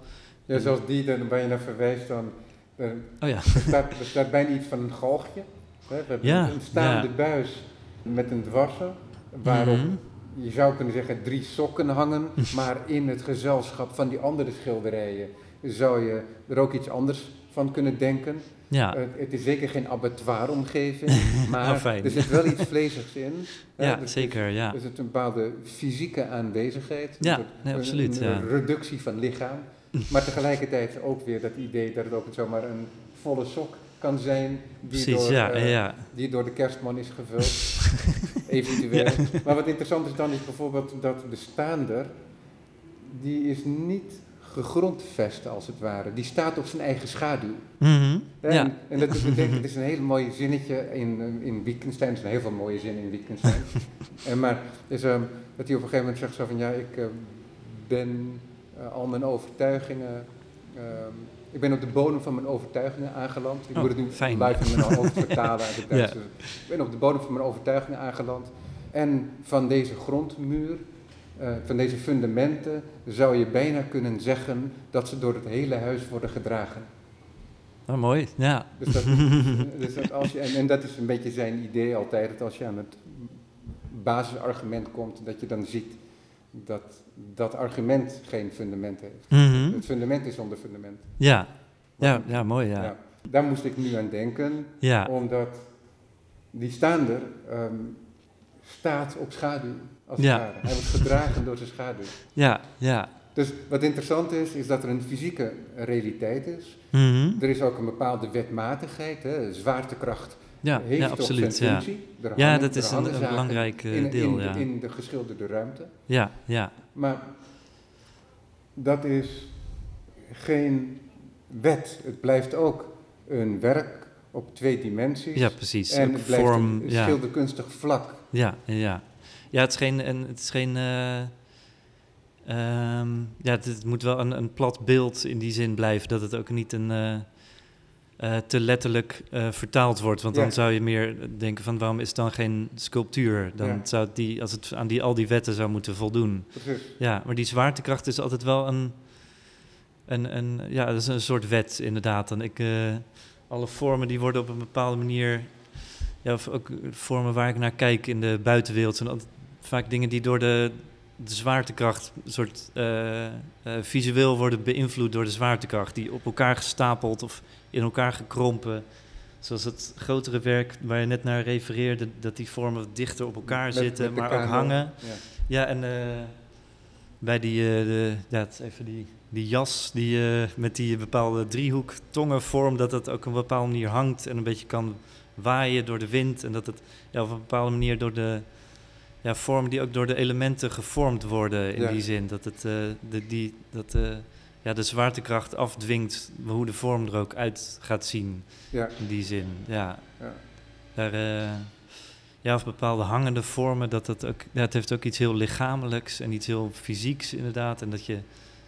Ja, zoals die dan, waar je naar verwijst, dan uh, Oh ja. er, staat, er staat bijna iets van een galgje. Hè? We hebben Ja, een staande ja. buis met een dwarser, waarop Mhm. je zou kunnen zeggen drie sokken hangen, maar in het gezelschap van die andere schilderijen zou je er ook iets anders van kunnen denken. Ja. Uh, het is zeker geen abattoir-omgeving, maar Oh, fijn. er zit wel iets vleesigs in. Ja, hè? Dus zeker, het is, ja. Er zit een bepaalde fysieke aanwezigheid, Ja, een, soort- nee, een- absoluut, een, ja. reductie van lichaam. Maar tegelijkertijd ook weer dat idee dat het ook zomaar een volle sok kan zijn die, Precies, door, ja, uh, ja. die door de kerstman is gevuld, eventueel. Ja. Maar wat interessant is dan is bijvoorbeeld dat de staander, die is niet gegrondvest als het ware. Die staat op zijn eigen schaduw. Mhm. En, Ja. en dat betekent, het is een heel mooi zinnetje in, in Wittgenstein, er zijn heel veel mooie zinnen in Wittgenstein. en maar is, um, dat hij op een gegeven moment zegt zo van, ja, ik uh, ben uh, al mijn overtuigingen, uh, ik ben op de bodem van mijn overtuigingen aangeland. Ik Oh, moet het nu fijn. live in mijn hoofd vertalen uit het Duits. Ja. Ik ben op de bodem van mijn overtuigingen aangeland. En van deze grondmuur, uh, van deze fundamenten, zou je bijna kunnen zeggen dat ze door het hele huis worden gedragen. Oh, mooi, ja. Dus dat, dus dat als je, en, en dat is een beetje zijn idee altijd, dat als je aan het basisargument komt, dat je dan ziet dat dat argument geen fundament heeft. Mhm. Het fundament is zonder fundament. Ja. Ja, ja, mooi, ja. Ja, daar moest ik nu aan denken, Ja. omdat die staander um, staat op schaduw, als Ja. het ware. Hij wordt gedragen door zijn schaduw. Ja, ja. Dus wat interessant is, is dat er een fysieke realiteit is. Mhm. Er is ook een bepaalde wetmatigheid, hè, zwaartekracht. Ja, heeft ja, toch absoluut, zijn ja. functie. Er Ja, hangen- dat er is een, hangen een zaken belangrijk uh, in, deel, in, ja. in de geschilderde ruimte. Ja, ja. Maar dat is geen wet. Het blijft ook een werk op twee dimensies. Ja, precies. En Ook het blijft vorm, een ja. schilderkunstig vlak. Ja, ja. Ja, het is geen... En het is geen uh, um, ja, het, het moet wel een, een plat beeld in die zin blijven. Dat het ook niet een... Uh, Uh, te letterlijk uh, vertaald wordt. Want ja. dan zou je meer denken van waarom is het dan geen sculptuur? Dan ja. zou het die, als het aan die, al die wetten zou moeten voldoen. Precies. Ja, maar die zwaartekracht is altijd wel een, een, een ja, dat is een soort wet inderdaad. En ik, uh, alle vormen die worden op een bepaalde manier, ja, of ook vormen waar ik naar kijk in de buitenwereld, zijn altijd vaak dingen die door de, de zwaartekracht, een soort uh, uh, visueel worden beïnvloed door de zwaartekracht, die op elkaar gestapeld of in elkaar gekrompen. Zoals het grotere werk waar je net naar refereerde, dat die vormen wat dichter op elkaar met, zitten, met maar kano. ook hangen. Ja, ja en uh, bij die, uh, de, ja, het is even die, die jas die uh, met die bepaalde driehoek tongenvorm, dat het ook op een bepaalde manier hangt en een beetje kan waaien door de wind. En dat het ja, op een bepaalde manier door de ja, vormen die ook door de elementen gevormd worden in ja. die zin. Dat het uh, de, die, dat, uh, ja, de zwaartekracht afdwingt hoe de vorm er ook uit gaat zien. Ja. In die zin, ja. ja. Daar, uh, ja, of bepaalde hangende vormen, dat het ook, ja, het heeft ook iets heel lichamelijks en iets heel fysieks inderdaad. En dat je,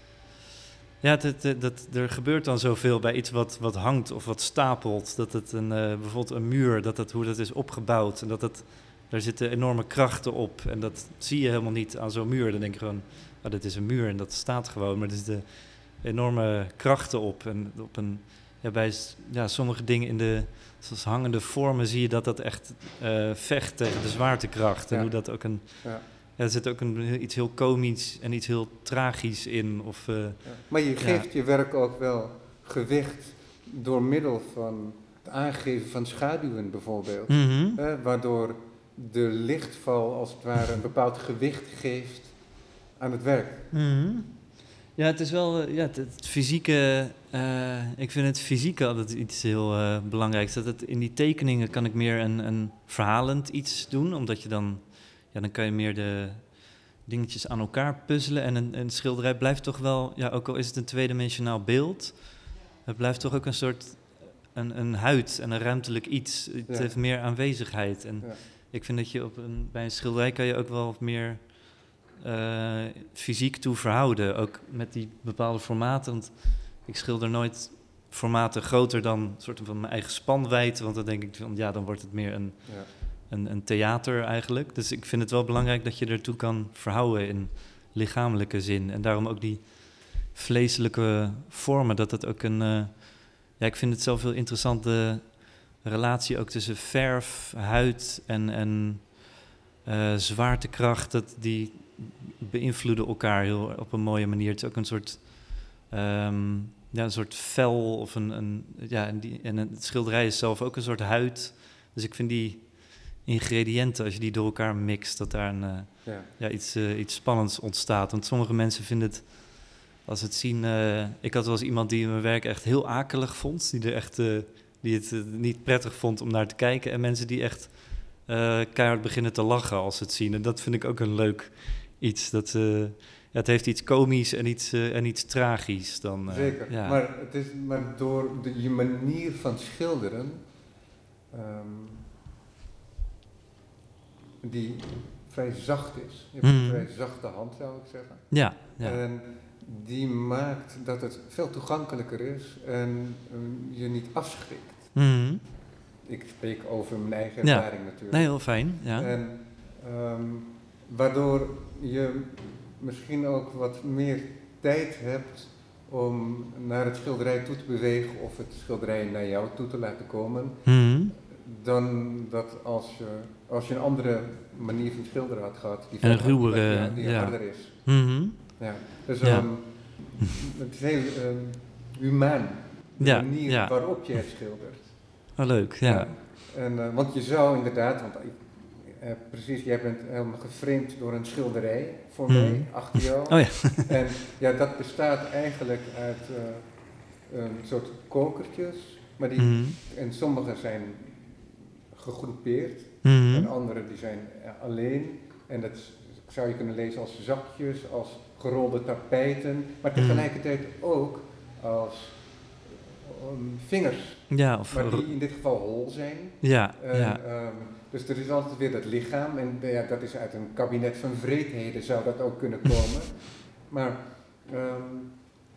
ja, het, het, dat, er gebeurt dan zoveel bij iets wat, wat hangt of wat stapelt. Dat het een, uh, bijvoorbeeld een muur, dat het, hoe dat is opgebouwd en dat het, daar zitten enorme krachten op. En dat zie je helemaal niet aan zo'n muur. Dan denk je gewoon, oh, dit is een muur en dat staat gewoon, maar er zitten enorme krachten op. En op een, ja, bij ja, sommige dingen in de, zoals hangende vormen, zie je dat dat echt uh, vecht tegen de zwaartekracht. Ja. En hoe dat ook een, ja. Ja, er zit ook een, iets heel komisch en iets heel tragisch in. Of, uh, ja. Maar je geeft ja. je werk ook wel gewicht door middel van het aangeven van schaduwen bijvoorbeeld. Mm-hmm. Hè, waardoor de lichtval als het ware een bepaald gewicht geeft aan het werk. Mm-hmm. Ja, het is wel, uh, ja, het, het fysieke, uh, ik vind het fysieke altijd iets heel uh, belangrijks. Dat het in die tekeningen kan ik meer een, een verhalend iets doen, omdat je dan, ja, dan kan je meer de dingetjes aan elkaar puzzelen. En een, een schilderij blijft toch wel, ja, ook al is het een tweedimensionaal beeld, het blijft toch ook een soort, een, een huid en een ruimtelijk iets. Het ja. heeft meer aanwezigheid. En ja. ik vind dat je op een, bij een schilderij kan je ook wel meer Uh, fysiek toe verhouden, ook met die bepaalde formaten. Want ik schilder nooit formaten groter dan een soort van mijn eigen spanwijdte, want dan denk ik van ja, dan wordt het meer een, Ja. een, een theater eigenlijk. Dus ik vind het wel belangrijk dat je ertoe kan verhouden in lichamelijke zin. En daarom ook die, vleeselijke vormen, dat dat ook een... Uh, ja, ik vind het zelf heel interessant, de relatie ook tussen verf, huid en, en uh, zwaartekracht, dat die beïnvloeden elkaar heel op een mooie manier. Het is ook een soort... Um, ja, een soort vel of een... een ja, en, die, en het schilderij is zelf ook een soort huid. Dus ik vind die ingrediënten, als je die door elkaar mixt, dat daar een, uh, ja. Ja, iets, uh, iets spannends ontstaat. Want sommige mensen vinden het, als ze het zien... Uh, ik had wel eens iemand die mijn werk echt heel akelig vond. Die, er echt, uh, die het uh, niet prettig vond om naar te kijken. En mensen die echt uh, keihard beginnen te lachen als ze het zien. En dat vind ik ook een leuk iets. Dat... Uh, Ja, het heeft iets komisch en iets, uh, en iets tragisch. Dan, uh, Zeker, ja. maar, het is, maar door de, je manier van schilderen, um, die vrij zacht is. Je hebt mm. een vrij zachte hand, zou ik zeggen. Ja, ja. En die maakt dat het veel toegankelijker is en um, je niet afschrikt. Mm. Ik spreek over mijn eigen ja. ervaring natuurlijk. Nee, heel fijn, ja. En um, waardoor je misschien ook wat meer tijd hebt om naar het schilderij toe te bewegen of het schilderij naar jou toe te laten komen, mm-hmm. dan dat als je, als je een andere manier van schilderen had gehad, die, een ruwere, die, die ja. harder is. Mm-hmm. Ja. Dus ja. Um, het is heel um, humaan, de ja, manier ja. waarop je het schildert. Oh, leuk, ja. ja. En, uh, want je zou inderdaad, want Uh, precies, jij bent helemaal geframed door een schilderij voor mm. mij, achter jou. Oh ja. En ja, dat bestaat eigenlijk uit uh, een soort kokertjes, maar die, mm. en sommige zijn gegroepeerd mm. en andere die zijn alleen. En dat zou je kunnen lezen als zakjes, als gerolde tapijten, maar tegelijkertijd ook als um, vingers. Ja, of maar die in dit geval hol zijn. Ja, en, ja. Um, dus er is altijd weer dat lichaam en ja, dat is uit een kabinet van vreedheden zou dat ook kunnen komen. Maar um,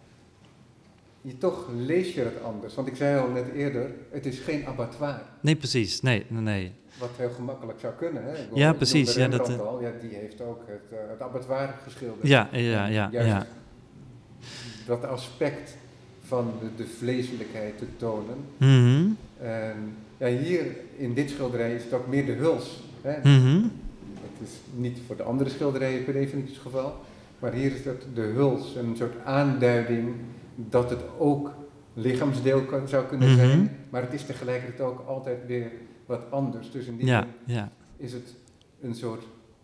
je, toch lees je het anders. Want ik zei al net eerder, het is geen abattoir. Nee, precies. Nee, nee, nee. Wat heel gemakkelijk zou kunnen. Hè? Ik ja, precies. Ja, dat, al, ja, die heeft ook het, uh, het abattoir geschilderd. Ja, ja, ja. Juist ja. dat aspect van de, de vleeselijkheid te tonen. Mm-hmm. En ja, hier in dit schilderij is het ook meer de huls. Hè? Mm-hmm. Het is niet voor de andere schilderijen per definitie het geval, maar hier is dat de huls, een soort aanduiding dat het ook lichaamsdeel kan, zou kunnen mm-hmm. zijn, maar het is tegelijkertijd ook altijd weer wat anders. Dus in die ja, zin ja. is het een soort,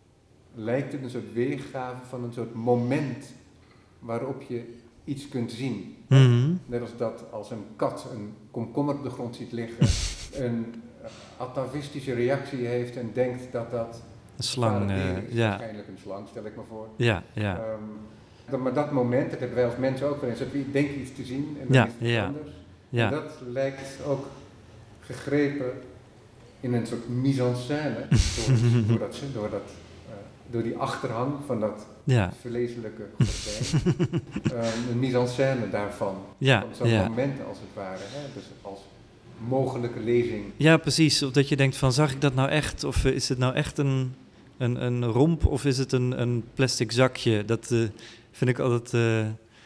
lijkt het een soort weergave van een soort moment waarop je iets kunt zien. Mm-hmm. Net als dat als een kat een komkommer op de grond ziet liggen, een atavistische reactie heeft en denkt dat dat een slang uh, is. Ja. Waarschijnlijk een slang, stel ik me voor. Ja, ja. Um, dat, maar dat moment, dat hebben wij als mensen ook wel eens, dat we denken iets te zien en dan ja, is het ja. anders. Ja. En dat lijkt ook gegrepen in een soort mise-en-scène door, door, dat, door, dat, uh, door die achterhang van dat ja. vleeselijke gordijn. um, een mise-en-scène daarvan, ja, van zo'n ja. moment als het ware, hè? Dus als mogelijke lezing. Ja, precies. Of dat je denkt van, zag ik dat nou echt? Of uh, is het nou echt een, een, een romp of is het een, een plastic zakje? Dat uh, vind ik altijd... Uh,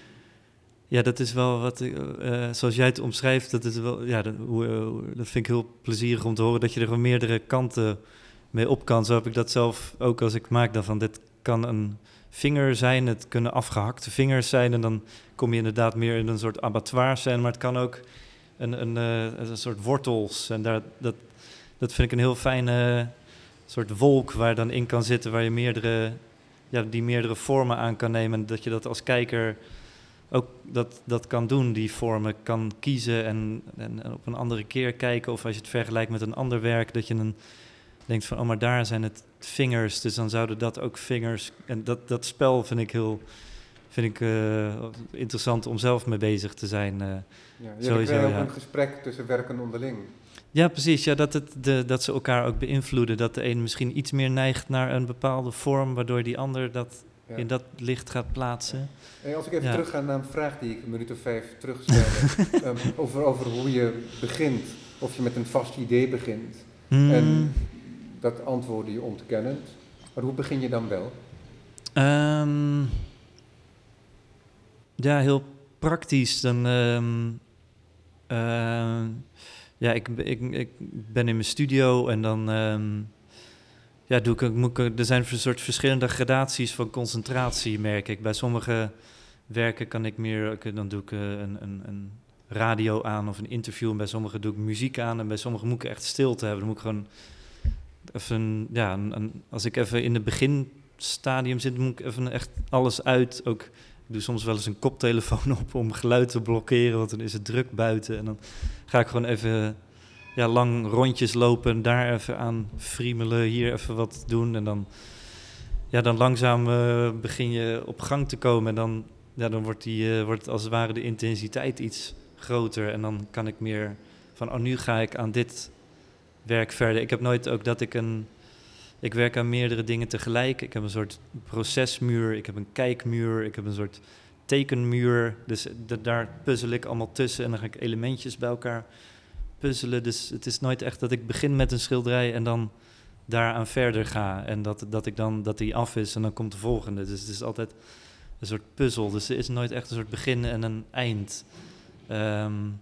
ja, dat is wel wat... Uh, zoals jij het omschrijft, dat is wel... Ja, dat, uh, dat vind ik heel plezierig om te horen dat je er gewoon meerdere kanten mee op kan. Zo heb ik dat zelf ook als ik maak daarvan. Dit kan een vinger zijn, het kunnen afgehakte vingers zijn en dan kom je inderdaad meer in een soort abattoir zijn, maar het kan ook een, een, uh, een soort wortels. En daar, dat, dat vind ik een heel fijne soort wolk waar dan in kan zitten, waar je meerdere, ja, die meerdere vormen aan kan nemen. En dat je dat als kijker ook dat, dat kan doen, die vormen kan kiezen en, en, en op een andere keer kijken. Of als je het vergelijkt met een ander werk, dat je een denkt van, oh, maar daar zijn het vingers, dus dan zouden dat ook vingers... En dat, dat spel vind ik heel vind ik, uh, interessant om zelf mee bezig te zijn. Uh, ja, je hebt wel ja. een gesprek tussen werken onderling. Ja, precies. Ja, dat, het de, dat ze elkaar ook beïnvloeden. Dat de een misschien iets meer neigt naar een bepaalde vorm, waardoor die ander dat ja. in dat licht gaat plaatsen. Ja. Hey, als ik even ja. terug ga naar een vraag die ik een minuut of vijf terug stelde, um, over, over hoe je begint, of je met een vast idee begint. Mm. En dat antwoordde je ontkennend. Maar hoe begin je dan wel? Um, ja, heel praktisch. Dan, ehm, eh, ja, ik, ik, ik ben in mijn studio en dan ehm, ja, doe ik, moet ik, er zijn een soort verschillende gradaties van concentratie, merk ik. Bij sommige werken kan ik meer, dan doe ik een, een, een radio aan of een interview. En bij sommige doe ik muziek aan en bij sommige moet ik echt stilte hebben. Dan moet ik gewoon even, ja, een, een, als ik even in het beginstadium zit, moet ik even echt alles uit. Ook, ik doe soms wel eens een koptelefoon op om geluid te blokkeren, want dan is het druk buiten. En dan ga ik gewoon even ja, lang rondjes lopen, daar even aan friemelen, hier even wat doen. En dan, ja, dan langzaam uh, begin je op gang te komen en dan, ja, dan wordt, die, uh, wordt als het ware de intensiteit iets groter. En dan kan ik meer van, oh, nu ga ik aan dit werk verder. Ik heb nooit ook dat ik een... Ik werk aan meerdere dingen tegelijk. Ik heb een soort procesmuur, ik heb een kijkmuur, ik heb een soort tekenmuur. Dus de, daar puzzel ik allemaal tussen en dan ga ik elementjes bij elkaar puzzelen. Dus het is nooit echt dat ik begin met een schilderij en dan daaraan verder ga. En dat, dat ik dan, dat die af is en dan komt de volgende. Dus het is altijd een soort puzzel. Dus er is nooit echt een soort begin en een eind. Um,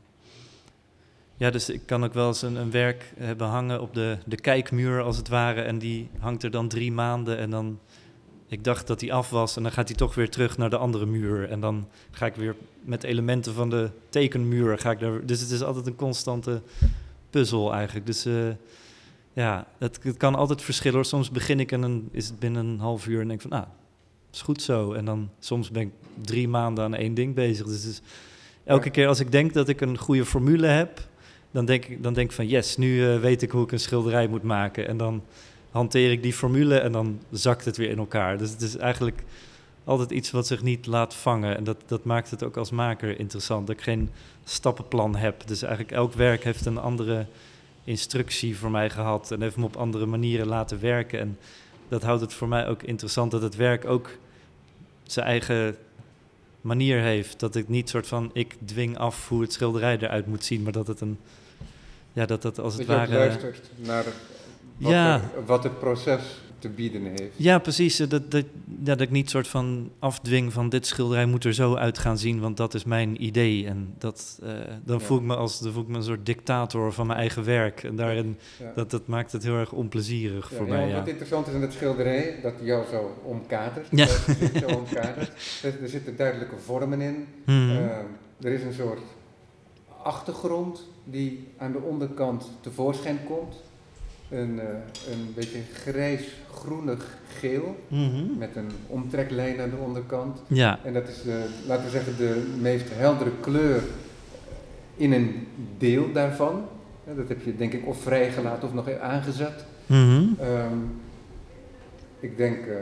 Ja, dus ik kan ook wel eens een, een werk hebben hangen op de, de kijkmuur als het ware. En die hangt er dan drie maanden en dan... Ik dacht dat die af was en dan gaat hij toch weer terug naar de andere muur. En dan ga ik weer met elementen van de tekenmuur. Ga ik daar, dus het is altijd een constante puzzel eigenlijk. Dus uh, ja, het, het kan altijd verschillen hoor. Soms begin ik en dan is het binnen een half uur en denk ik van... ah, is goed zo. En dan soms ben ik drie maanden aan één ding bezig. Dus, dus elke keer als ik denk dat ik een goede formule heb... Dan denk ik, dan denk ik van yes, nu uh, weet ik hoe ik een schilderij moet maken. En dan hanteer ik die formule en dan zakt het weer in elkaar. Dus het is eigenlijk altijd iets wat zich niet laat vangen. En dat, dat maakt het ook als maker interessant, dat ik geen stappenplan heb. Dus eigenlijk elk werk heeft een andere instructie voor mij gehad... en heeft me op andere manieren laten werken. En dat houdt het voor mij ook interessant dat het werk ook zijn eigen... manier heeft, dat ik niet soort van ik dwing af hoe het schilderij eruit moet zien, maar dat het een ja dat dat als dat het ware je luistert naar wat, ja. er, wat het proces te bieden heeft. Ja, precies. Dat, dat, ja, dat ik niet soort van afdwing van dit schilderij moet er zo uit gaan zien, want dat is mijn idee. En dat uh, dan ja. voel ik me als dan voel ik me een soort dictator van mijn eigen werk. En daarin ja. dat, dat maakt het heel erg onplezierig ja, voor ja, mij. Ja. Wat interessant is in het schilderij, dat jou zo omkadert. Ja. Zo omkadert. Er, er zitten duidelijke vormen in. Mm-hmm. Uh, er is een soort achtergrond die aan de onderkant tevoorschijn komt. Een, uh, een beetje grijs-groenig geel, mm-hmm. met een omtreklijn aan de onderkant. Ja. En dat is, de, laten we zeggen, de meest heldere kleur in een deel daarvan. Ja, dat heb je denk ik of vrijgelaten of nog even aangezet. Mm-hmm. Um, ik, denk, uh,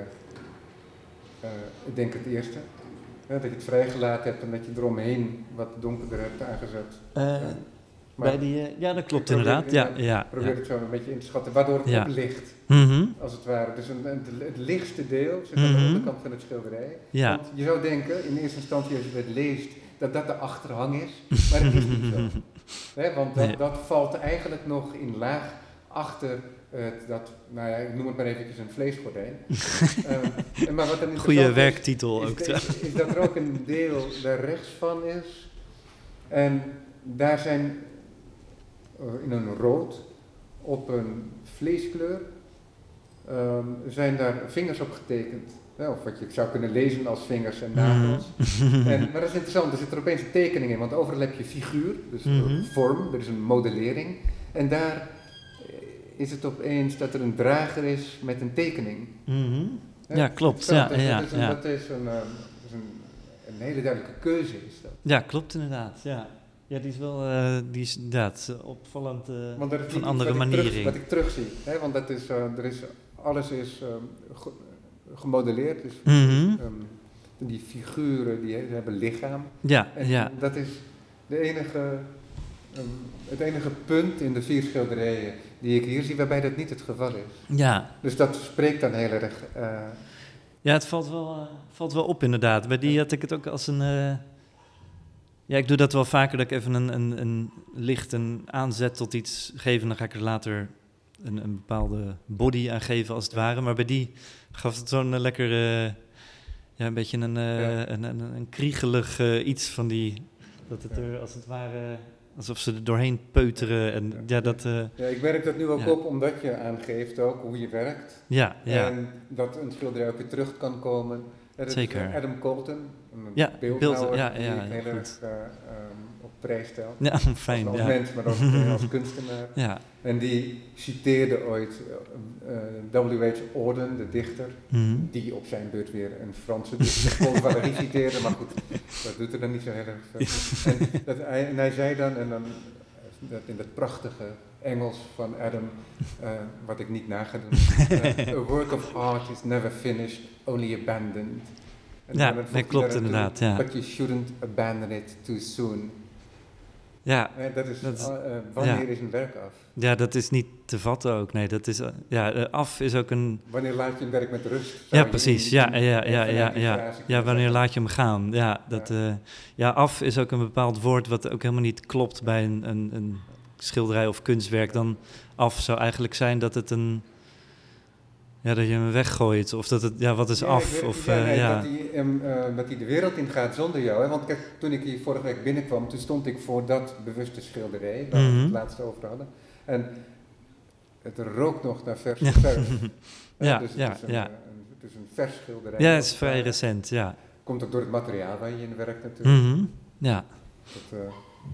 uh, ik denk het eerste. Ja, dat je het vrijgelaten hebt en dat je eromheen wat donkerder hebt aangezet. Uh, ja. Bij die, uh, ja, dat klopt inderdaad. Ja, ja, probeer ja. het zo een beetje in te schatten, waardoor het ja. oplicht, mm-hmm. als het ware. Dus een, een, het lichtste deel zit mm-hmm. aan de onderkant van het schilderij. Ja. Want je zou denken, in eerste instantie als je het leest, dat dat de achterhang is, maar dat is niet zo. He, want dat, nee. dat valt eigenlijk nog in laag achter het, dat, nou ja, ik noem het maar eventjes een vleesgordijn. um, maar wat Goeie werktitel is, ook. Is, is, is dat er ook een deel daar rechts van is. En daar zijn uh, in een rood, op een vleeskleur, um, zijn daar vingers op getekend. Ja, of wat je zou kunnen lezen als vingers en nagels. Mm. En, maar dat is interessant, er zit er opeens een tekening in, want overal heb je figuur, dus mm-hmm. vorm, er is een modellering. En daar is het opeens dat er een drager is met een tekening. Mm-hmm. Ja, ja, klopt. Ja, dat, ja, dat is, een, ja. dat is, een, uh, dat is een, een hele duidelijke keuze. Is dat. Ja, klopt inderdaad. Ja, ja die is wel uh, die is, ja, is opvallend uh, van andere manieren. Wat ik terugzie, hè, want dat is, uh, er is, alles is um, ge, gemodelleerd. Dus, mm-hmm. um, die figuren die hebben lichaam. Ja, en ja. Dat is de enige, um, het enige punt in de vier schilderijen die ik hier zie, waarbij dat niet het geval is. Ja. Dus dat spreekt dan heel erg... Uh, ja, het valt wel, uh, valt wel op inderdaad. Bij die had ik het ook als een... Uh, ja, ik doe dat wel vaker, dat ik even een, een, een licht een aanzet tot iets geef en dan ga ik er later een, een bepaalde body aan geven als het ware. Maar bij die gaf het zo'n uh, lekker... Uh, ja, een beetje een, uh, Ja. een, een, een kriegelig uh, iets van die... Dat het er als het ware... Alsof ze er doorheen peuteren. En, ja. Ja, dat, uh, ja, ik merk dat nu ook ja. op, omdat je aangeeft ook hoe je werkt. Ja, ja. En dat een schilderij ook weer terug kan komen. Ja, dat Zeker. Is Adam Colton, een ja, beeldhouwer beeld, ja, die ja, ik heel goed. erg uh, um, op prijs stel. Ja, fijn. Als, als ja. mens, maar ook uh, als kunstenaar. Ja. En die citeerde ooit uh, W H Auden, de dichter, mm-hmm. die op zijn beurt weer een Franse dichter, Paul Valéry, citeerde, maar goed, dat doet er dan niet zo heel erg veel. En, dat hij, en hij zei dan, en dan dat in dat prachtige Engels van Adam, uh, wat ik niet na ga doen, uh, a work of art is never finished, only abandoned. En ja, dat klopt inderdaad. Ja. But you shouldn't abandon it too soon. Ja, ja, dat is, dat is uh, wanneer ja. is een werk af? Ja, dat is niet te vatten ook. Nee, dat is, uh, ja, uh, af is ook een... Wanneer laat je een werk met rust? Ja, precies. In, ja, ja, ja, ja, ja. ja, wanneer laat je hem gaan? Ja, dat, ja. Uh, ja, af is ook een bepaald woord wat ook helemaal niet klopt bij een, een, een schilderij of kunstwerk. Dan af zou eigenlijk zijn dat het een... Ja, dat je hem weggooit, of dat het, ja, wat is ja, af? Ik, of, ja, uh, nee, ja. Dat hij um, uh, dat hij de wereld in gaat zonder jou. Hè? Want kijk, toen ik hier vorige week binnenkwam, toen stond ik voor dat bewuste schilderij, waar mm-hmm. we het laatst over hadden. En het rook nog naar vers ja. verf. ja, dus het, ja, is een, ja. uh, een, het is een vers schilderij. Ja, het is vrij recent, ja. Komt ook door het materiaal waar je in werkt natuurlijk. Mm-hmm. Ja. Dat uh,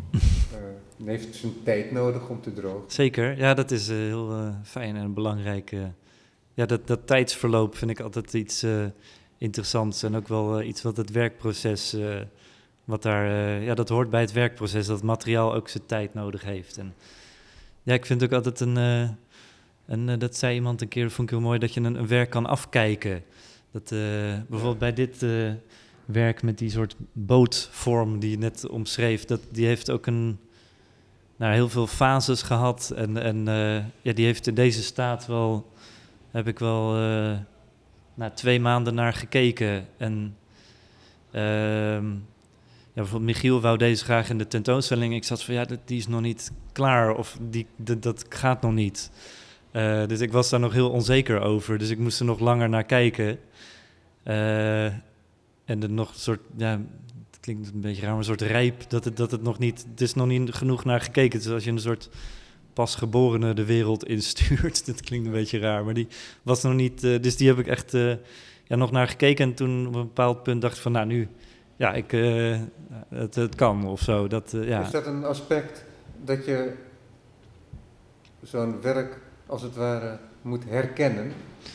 uh, heeft zijn tijd nodig om te drogen. Zeker, ja, dat is uh, heel uh, fijn en belangrijk. Uh, ja, dat, dat tijdsverloop vind ik altijd iets uh, interessants en ook wel uh, iets wat het werkproces, uh, wat daar, uh, ja, dat hoort bij het werkproces, dat het materiaal ook zijn tijd nodig heeft. En ja, ik vind ook altijd een, uh, een uh, dat zei iemand een keer, dat vond ik heel mooi, dat je een, een werk kan afkijken. Dat uh, bijvoorbeeld bij dit uh, werk met die soort bootvorm die je net omschreef, dat, die heeft ook een, nou, heel veel fases gehad en, en uh, ja, die heeft in deze staat wel, heb ik wel uh, na twee maanden naar gekeken. En uh, ja, bijvoorbeeld Michiel wou deze graag in de tentoonstelling. Ik zat van, ja, die is nog niet klaar of die, dat, dat gaat nog niet. Uh, dus ik was daar nog heel onzeker over. Dus ik moest er nog langer naar kijken. Uh, en er nog een soort, ja, het klinkt een beetje raar, maar een soort rijp, dat het, dat het nog niet, het is nog niet genoeg naar gekeken. Dus als je een soort pasgeborene de wereld instuurt, dat klinkt een beetje raar, maar die was nog niet, uh, dus die heb ik echt uh, ja, nog naar gekeken en toen op een bepaald punt dacht ik van, nou nu, ja, ik, uh, het, het kan of zo. Dat, uh, ja. Is dat een aspect dat je zo'n werk als het ware moet herkennen?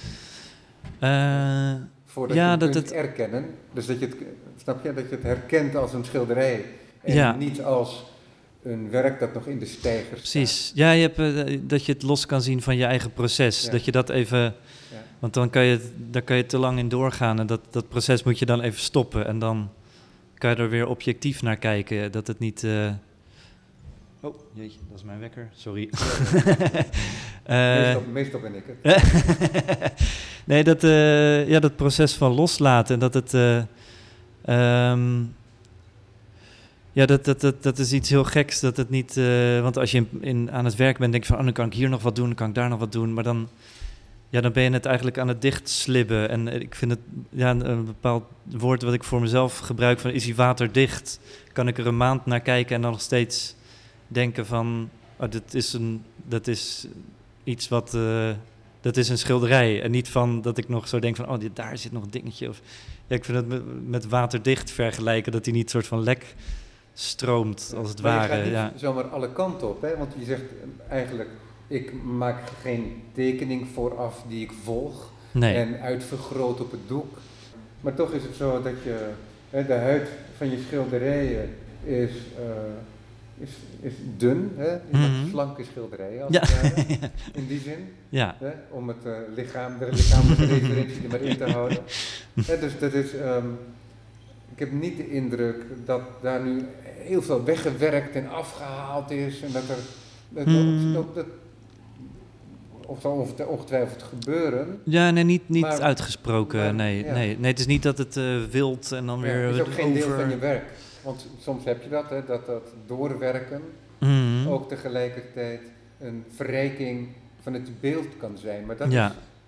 Uh, Voordat ja, je het dat kunt het erkennen. Dus dat je het, snap je, dat je het herkent als een schilderij en ja. niet als een werk dat nog in de steiger staat. Precies. Ja, je hebt, uh, dat je het los kan zien van je eigen proces. Ja. Dat je dat even, ja. Want dan kan je, daar kan je te lang in doorgaan en dat, dat proces moet je dan even stoppen en dan kan je er weer objectief naar kijken. Dat het niet... Uh... Oh, jeetje, dat is mijn wekker. Sorry. uh, meestal, meestal ben ik het. Nee, dat, uh, ja, dat proces van loslaten. Dat het... Uh, um, ja, dat, dat, dat, dat is iets heel geks. Dat het niet... Uh, want als je in, in, aan het werk bent, denk je van... Oh, dan kan ik hier nog wat doen, dan kan ik daar nog wat doen. Maar dan... Ja, dan ben je het eigenlijk aan het dichtslibben. En ik vind het... Ja, een, een bepaald woord wat ik voor mezelf gebruik van... Is die waterdicht? Kan ik er een maand naar kijken en dan nog steeds denken van... Oh, dit is een... Dat is iets wat... Uh, dat is een schilderij. En niet van dat ik nog zo denk van... Oh, dit, daar zit nog een dingetje. Of, ja, ik vind het met, met waterdicht vergelijken... dat die niet soort van lek stroomt, als het maar ware. Je gaat niet ja. zomaar alle kanten op, hè? Want je zegt eigenlijk... Ik maak geen tekening vooraf die ik volg... Nee. En uitvergroot op het doek. Maar toch is het zo dat je... Hè, de huid van je schilderijen is... Uh, Is, is dun, hè? Je mm-hmm. maakt slanke schilderijen, als ja. het ware, in die zin. Ja. Hè? Om het uh, lichaam, de lichamelijke referentie er maar in te houden. Hè, dus dat is, um, ik heb niet de indruk dat daar nu heel veel weggewerkt en afgehaald is. En dat er, dat, mm. dat, dat, of zal ongetwijfeld gebeuren. Ja, nee, niet, niet maar, uitgesproken, maar, nee, ja. nee. Nee, het is niet dat het uh, wild en dan ja, weer het is ook geen over... deel van je werk. Want soms heb je dat, hè, dat dat doorwerken mm-hmm. ook tegelijkertijd een verrijking van het beeld kan zijn. Maar dat ja. is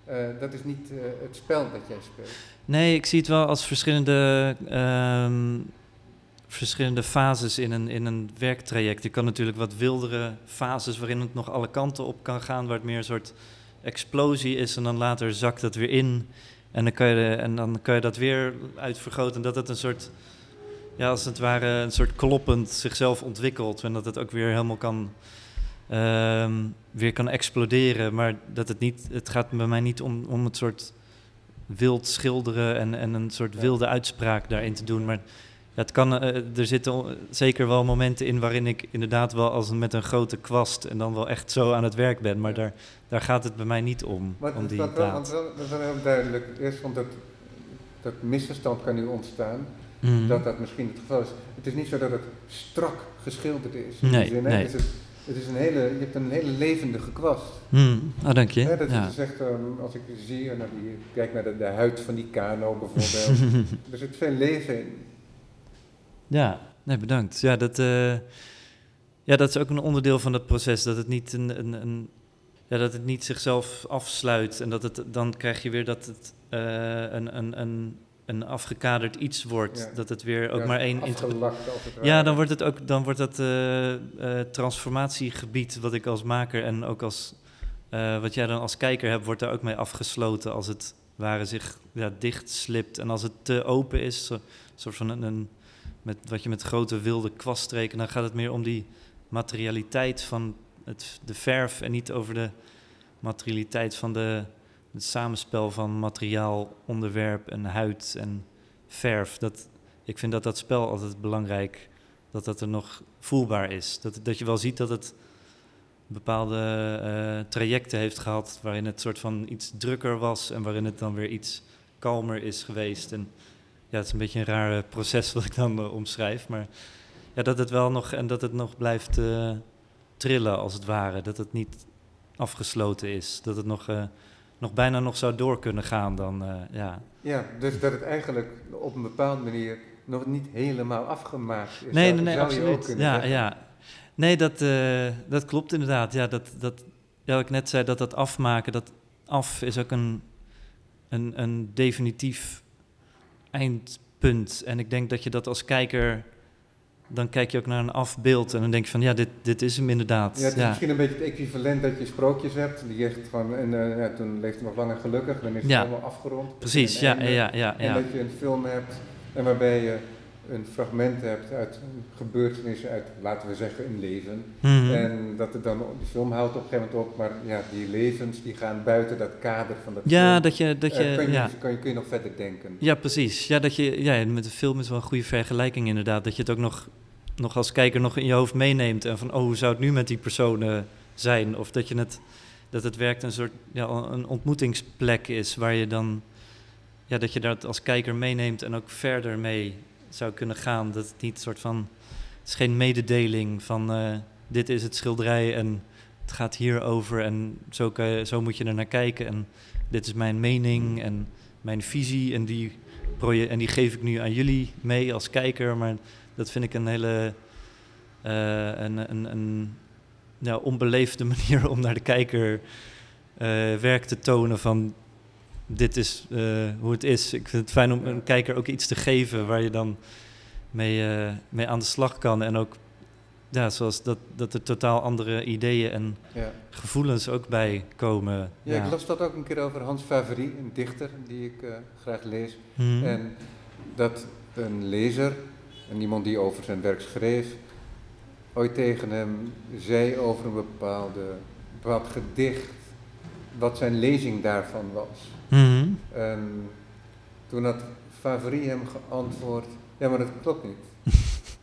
Uh, dat is niet uh, het spel dat jij speelt. Nee, ik zie het wel als verschillende, um, verschillende fases in een, in een werktraject. Je kan natuurlijk wat wildere fases waarin het nog alle kanten op kan gaan, waar het meer een soort explosie is en dan later zakt het weer in. En dan kan je, de, en dan kan je dat weer uitvergroten. En dat het een soort, ja, als het ware een soort kloppend zichzelf ontwikkelt. En dat het ook weer helemaal kan, um, weer kan exploderen. Maar dat het niet, het gaat bij mij niet om, om het soort wild schilderen en, en een soort wilde uitspraak daarin te doen. Maar ja, het kan, uh, er zitten zeker wel momenten in waarin ik inderdaad wel als een, met een grote kwast en dan wel echt zo aan het werk ben. Maar ja. daar, daar gaat het bij mij niet om, maar om die dat, daad. Want wel, dat is wel heel duidelijk. Eerst, want dat, dat misverstand kan nu ontstaan. Mm. Dat dat misschien het geval is. Het is niet zo dat het strak geschilderd is. Nee, in zin, nee. Het is, het is een hele, je hebt een hele levendige kwast. Mm. Oh, dank je. Ja, dat ja. is echt, um, als ik zie, en die, kijk naar de, de huid van die kano bijvoorbeeld. Er zit veel leven in. Ja, nee, bedankt. Ja, dat, uh, ja, dat is ook een onderdeel van dat proces. Dat het niet, een, een, een, ja, dat het niet zichzelf afsluit. En dat het, dan krijg je weer dat het uh, een, een, een, een afgekaderd iets wordt. Ja. Dat het weer ook ja, maar één... Afgelakt als het ja, dan wordt het ook dan wordt dat uh, uh, transformatiegebied wat ik als maker en ook als... Uh, wat jij dan als kijker hebt, wordt daar ook mee afgesloten als het ware zich ja, dicht slipt. En als het te open is, een soort van een... een met wat je met grote wilde kwaststreken, dan gaat het meer om die materialiteit van het, de verf en niet over de materialiteit van de, het samenspel van materiaal, onderwerp en huid en verf. Dat, ik vind dat dat spel altijd belangrijk, dat dat er nog voelbaar is. Dat, dat je wel ziet dat het bepaalde uh, trajecten heeft gehad waarin het soort van iets drukker was en waarin het dan weer iets kalmer is geweest. En ja, het is een beetje een raar proces wat ik dan uh, omschrijf, maar ja, dat het wel nog en dat het nog blijft uh, trillen als het ware, dat het niet afgesloten is, dat het nog, uh, nog bijna nog zou door kunnen gaan dan, uh, ja. Ja, dus dat het eigenlijk op een bepaalde manier nog niet helemaal afgemaakt is. Nee, zou, nee, nee, zou absoluut. Je ook kunnen ja, zeggen. ja. Nee, dat, uh, dat klopt inderdaad. Ja, dat, dat, ja, wat ik net zei, dat dat afmaken, dat af is ook een, een, een definitief eindpunt. En ik denk dat je dat als kijker, dan kijk je ook naar een afbeeld en dan denk je van ja, dit, dit is hem inderdaad. Ja, het is ja. misschien een beetje het equivalent dat je sprookjes hebt. Die echt gewoon, en uh, ja, toen leefde hij nog lang en gelukkig, dan is het ja. allemaal afgerond. Precies, ja, einde. ja, ja, ja. En dat je een film hebt en waarbij je een fragment hebt uit een gebeurtenis uit, laten we zeggen, een leven. Mm-hmm. En dat er dan, die film houdt op een gegeven moment op, maar ja, die levens die gaan buiten dat kader van dat ja, film. dat je, dat je, uh, kun je, ja. kun je, kun je nog verder denken. Ja, precies. Ja, dat je, ja, met de film is wel een goede vergelijking inderdaad. Dat je het ook nog, nog als kijker nog in je hoofd meeneemt. En van, oh, hoe zou het nu met die personen zijn? Of dat je het, dat het werkt een soort, ja, een ontmoetingsplek is waar je dan, ja, dat je dat als kijker meeneemt en ook verder mee zou kunnen gaan. Dat het niet een soort van, het is geen mededeling van, uh, dit is het schilderij en het gaat hierover en zo, kan je, zo moet je er naar kijken. En dit is mijn mening en mijn visie en die, proje- en die geef ik nu aan jullie mee als kijker. Maar dat vind ik een hele uh, een, een, een ja, onbeleefde manier om naar de kijker uh, werk te tonen van dit is uh, hoe het is. Ik vind het fijn om een kijker ook iets te geven waar je dan mee, uh, mee aan de slag kan. En ook, ja, zoals dat, dat er totaal andere ideeën en ja. gevoelens ook bij komen. Ja, ja, ik las dat ook een keer over Hans Favory, een dichter die ik uh, graag lees. Hmm. En dat een lezer, en iemand die over zijn werk schreef, ooit tegen hem zei over een bepaalde, bepaald gedicht, wat zijn lezing daarvan was. Hmm. En toen had Favory hem geantwoord, ja, maar dat klopt niet.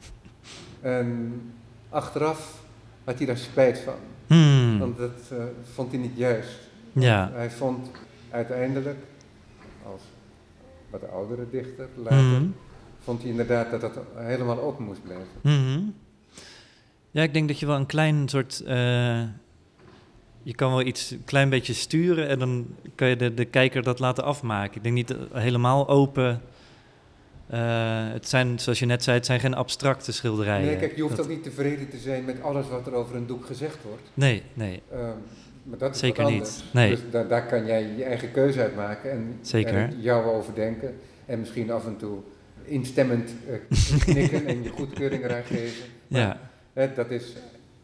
En achteraf had hij daar spijt van. Hmm. Want dat uh, vond hij niet juist. Ja. Hij vond uiteindelijk, als wat oudere dichter later, Hmm. vond hij inderdaad dat dat helemaal open moest blijven. Hmm. Ja, ik denk dat je wel een klein soort, uh, je kan wel iets een klein beetje sturen en dan kan je de, de kijker dat laten afmaken. Ik denk niet helemaal open. Uh, het zijn, zoals je net zei, het zijn geen abstracte schilderijen. Nee, kijk, je hoeft dat... ook niet tevreden te zijn met alles wat er over een doek gezegd wordt. Nee, nee. Uh, Maar dat is Zeker wat niet. anders. Nee. Dus da- daar kan jij je eigen keuze uit maken en, Zeker. en jou overdenken. En misschien af en toe instemmend uh, knikken en je goedkeuring eraan geven. Maar, Ja. hè, dat is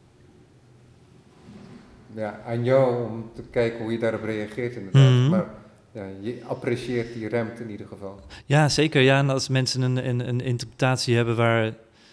ja, aan jou om te kijken hoe je daarop reageert inderdaad. Mhm. Maar ja, je apprecieert die ruimte in ieder geval. Ja, zeker. Ja, en als mensen een, een, een interpretatie hebben waar...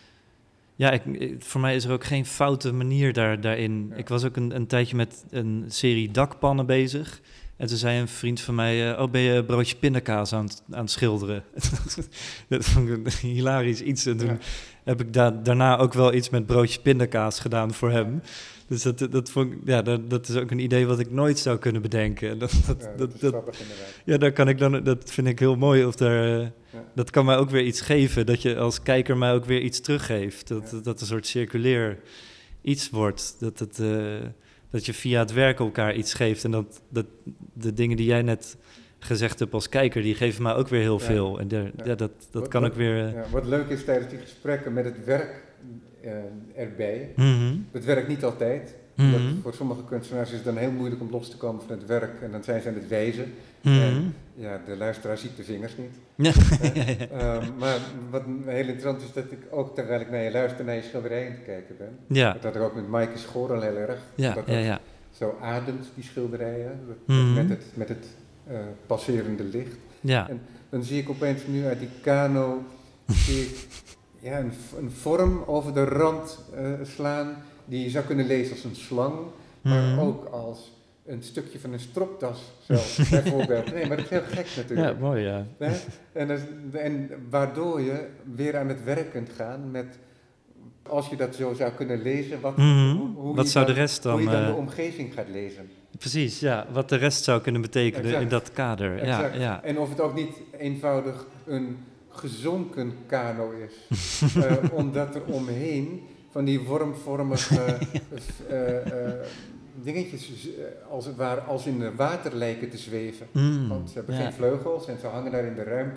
Ja, ik, ik- voor mij is er ook geen foute manier daar, daarin. Ja. Ik was ook een, een tijdje met een serie dakpannen bezig. En toen zei een vriend van mij... eh, oh, ben je broodje pindakaas aan het, aan het schilderen? Dat vond ik een hilarisch iets. En toen Ja. heb ik da- daarna ook wel iets met broodje pindakaas gedaan voor hem. Dus dat, dat, vond ik, ja, dat, dat is ook een idee wat ik nooit zou kunnen bedenken. En Dat, dat, Ja, dat, dat, is dat, grappig inderdaad. ja, daar kan ik dan, dat vind ik heel mooi. Of daar, eh, Ja. Dat kan mij ook weer iets geven. Dat je als kijker mij ook weer iets teruggeeft. Dat Ja. dat, dat een soort circulair iets wordt. Dat, het, eh, dat je via het werk elkaar iets geeft. En dat, dat de dingen die jij net gezegd hebt als kijker, die geven mij ook weer heel Ja. veel. En daar, Ja. ja. dat, dat Wat- kan wat- ook weer... eh, Ja, wat leuk is tijdens die gesprekken met het werk eh, erbij. mhm, Het werkt niet altijd. mhm, Dat voor sommige kunstenaars is het dan heel moeilijk om los te komen van het werk. En dan zijn ze aan het wijzen. mhm. En ja, de luisteraar ziet de vingers niet. Ja, Hè? ja, ja. Ehm, maar wat heel interessant is dat ik ook terwijl ik naar je luister, naar je schilderijen te kijken ben. Ja, Dat had ik ook met Maaike Schoorl heel erg. ja, dat ja, dat ja. zo ademt, die schilderijen. dat- Mhm. Met het, met het eh, passerende licht. Ja, En dan zie ik opeens nu uit die kano zie ik, ja, een, een vorm over de rand eh, slaan die je zou kunnen lezen als een slang, maar Mhm. ook als een stukje van een stropdas zelf, bijvoorbeeld. Nee, maar dat is heel gek ja, natuurlijk. mooi, ja. Hè? En, dat is- en waardoor je weer aan het werk kunt gaan met, als je dat zo zou kunnen lezen, wat, Mhm. hoe, hoe Wat je zou de dan, rest hoe dan... je dan eh, de omgeving gaat lezen. Precies, ja. Wat de rest zou kunnen betekenen Exact. in dat kader. Exact. Ja, ja. En of het ook niet eenvoudig een gezonken kano is. Eh, omdat er omheen van die wormvormige eh, eh, dingetjes eh, als het ware als in het water lijken te zweven. Mm, Want ze hebben ja. geen vleugels en ze hangen daar in de ruimte.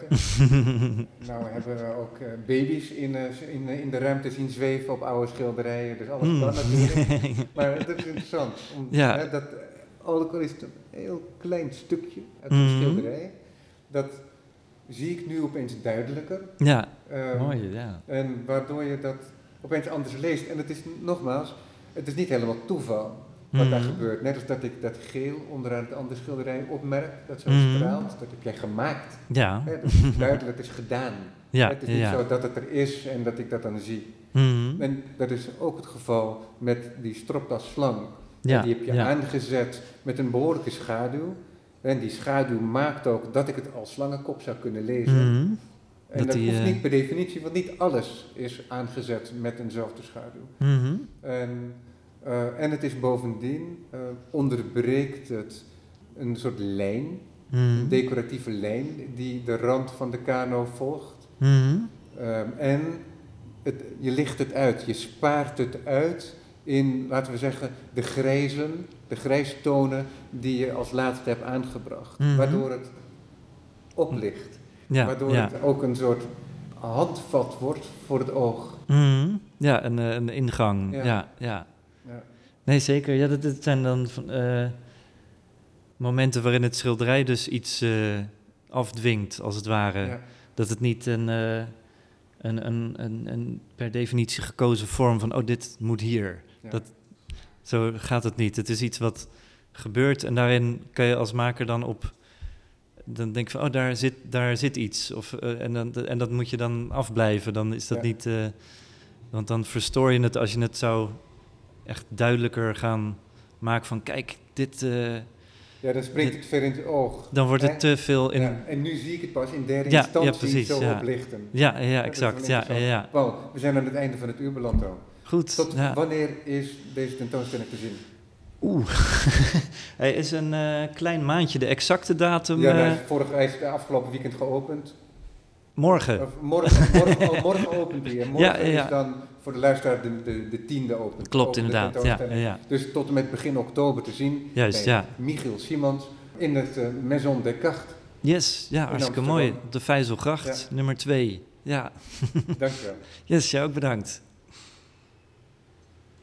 Nou hebben we ook eh, baby's in, eh, in, in de ruimte zien zweven op oude schilderijen. Dus alles Mm. kan natuurlijk. Maar dat is interessant. Om, Ja. hè, dat, eh, ook al is het een heel klein stukje uit een Mhm. schilderij, dat zie ik nu opeens duidelijker. Ja, Ehm, mooi, ja. En waardoor je dat opeens anders leest. En het is nogmaals, het is niet helemaal toeval wat daar Mhm. gebeurt. Net als dat ik dat geel onderaan het andere schilderij opmerk, dat zo Mhm. straalt, dat heb jij gemaakt. Ja, Hè, dat is duidelijk, het is gedaan. ja, Het is niet ja. zo dat het er is en dat ik dat dan zie. Mhm. En dat is ook het geval met die stropdas slang. Ja, En die heb je ja. aangezet met een behoorlijke schaduw. En die schaduw maakt ook dat ik het als slangenkop zou kunnen lezen. Mhm. En Dat dat, die, hoeft eh, niet per definitie, want niet alles is aangezet met eenzelfde schaduw. Mhm. En, eh, en het is bovendien, eh, onderbreekt het een soort lijn, een Mhm. decoratieve lijn, die de rand van de kano volgt. Mhm. Ehm, en het, je licht het uit, je spaart het uit in, laten we zeggen, de grijzen, de grijstonen die je als laatste hebt aangebracht. Mhm. Waardoor het oplicht. Ja, Waardoor ja. het ook een soort handvat wordt voor het oog. Mhm. Ja, een, eh, een ingang. Ja. Ja, ja. Ja. Nee, zeker. Ja, dat, dat zijn dan van, eh, momenten waarin het schilderij dus iets eh, afdwingt, als het ware. Ja. Dat het niet een, eh, een, een, een, een per definitie gekozen vorm van, oh, dit moet hier. Ja. Dat, zo gaat het niet. Het is iets wat gebeurt en daarin kan je als maker dan op... Dan denk je van, oh, daar zit, daar zit iets. Of, eh, en, dan, en dat moet je dan afblijven. Dan is dat Ja. niet... eh, want dan verstoor je het als je het zou echt duidelijker gaan maken van... Kijk, dit... eh, Ja, dan springt het ver in het oog. dan wordt Hè? het te veel in... Ja, en nu zie ik het pas in derde Ja, instantie ja, precies, zo ja. oplichten. Ja, ja, Dat is exact. wel Ja, ja, interessant. ja. Paul, we zijn aan het einde van het uur beland al. Goed. Tot ja. wanneer is deze tentoonstelling te zien? Oeh. Hij is een eh, klein maandje. De exacte datum... Ja, eh, hij is, vorig, hij is de afgelopen weekend geopend. morgen. Of morgen, morgen, oh, morgen opent hij. En morgen Ja, ja, ja. is dan voor de luisteraar de, de, de tiende opent. Klopt, opende inderdaad. Ja, tentoonstelling. ja. Dus tot en met begin oktober te zien. Juist, bij ja. Michiel Simons in het uh, Maison Descartes. Yes, ja, hartstikke Amsterdam. mooi. Op de Vijzelgracht, Ja. nummer twee. Ja. Dankjewel. Yes, jij ook bedankt.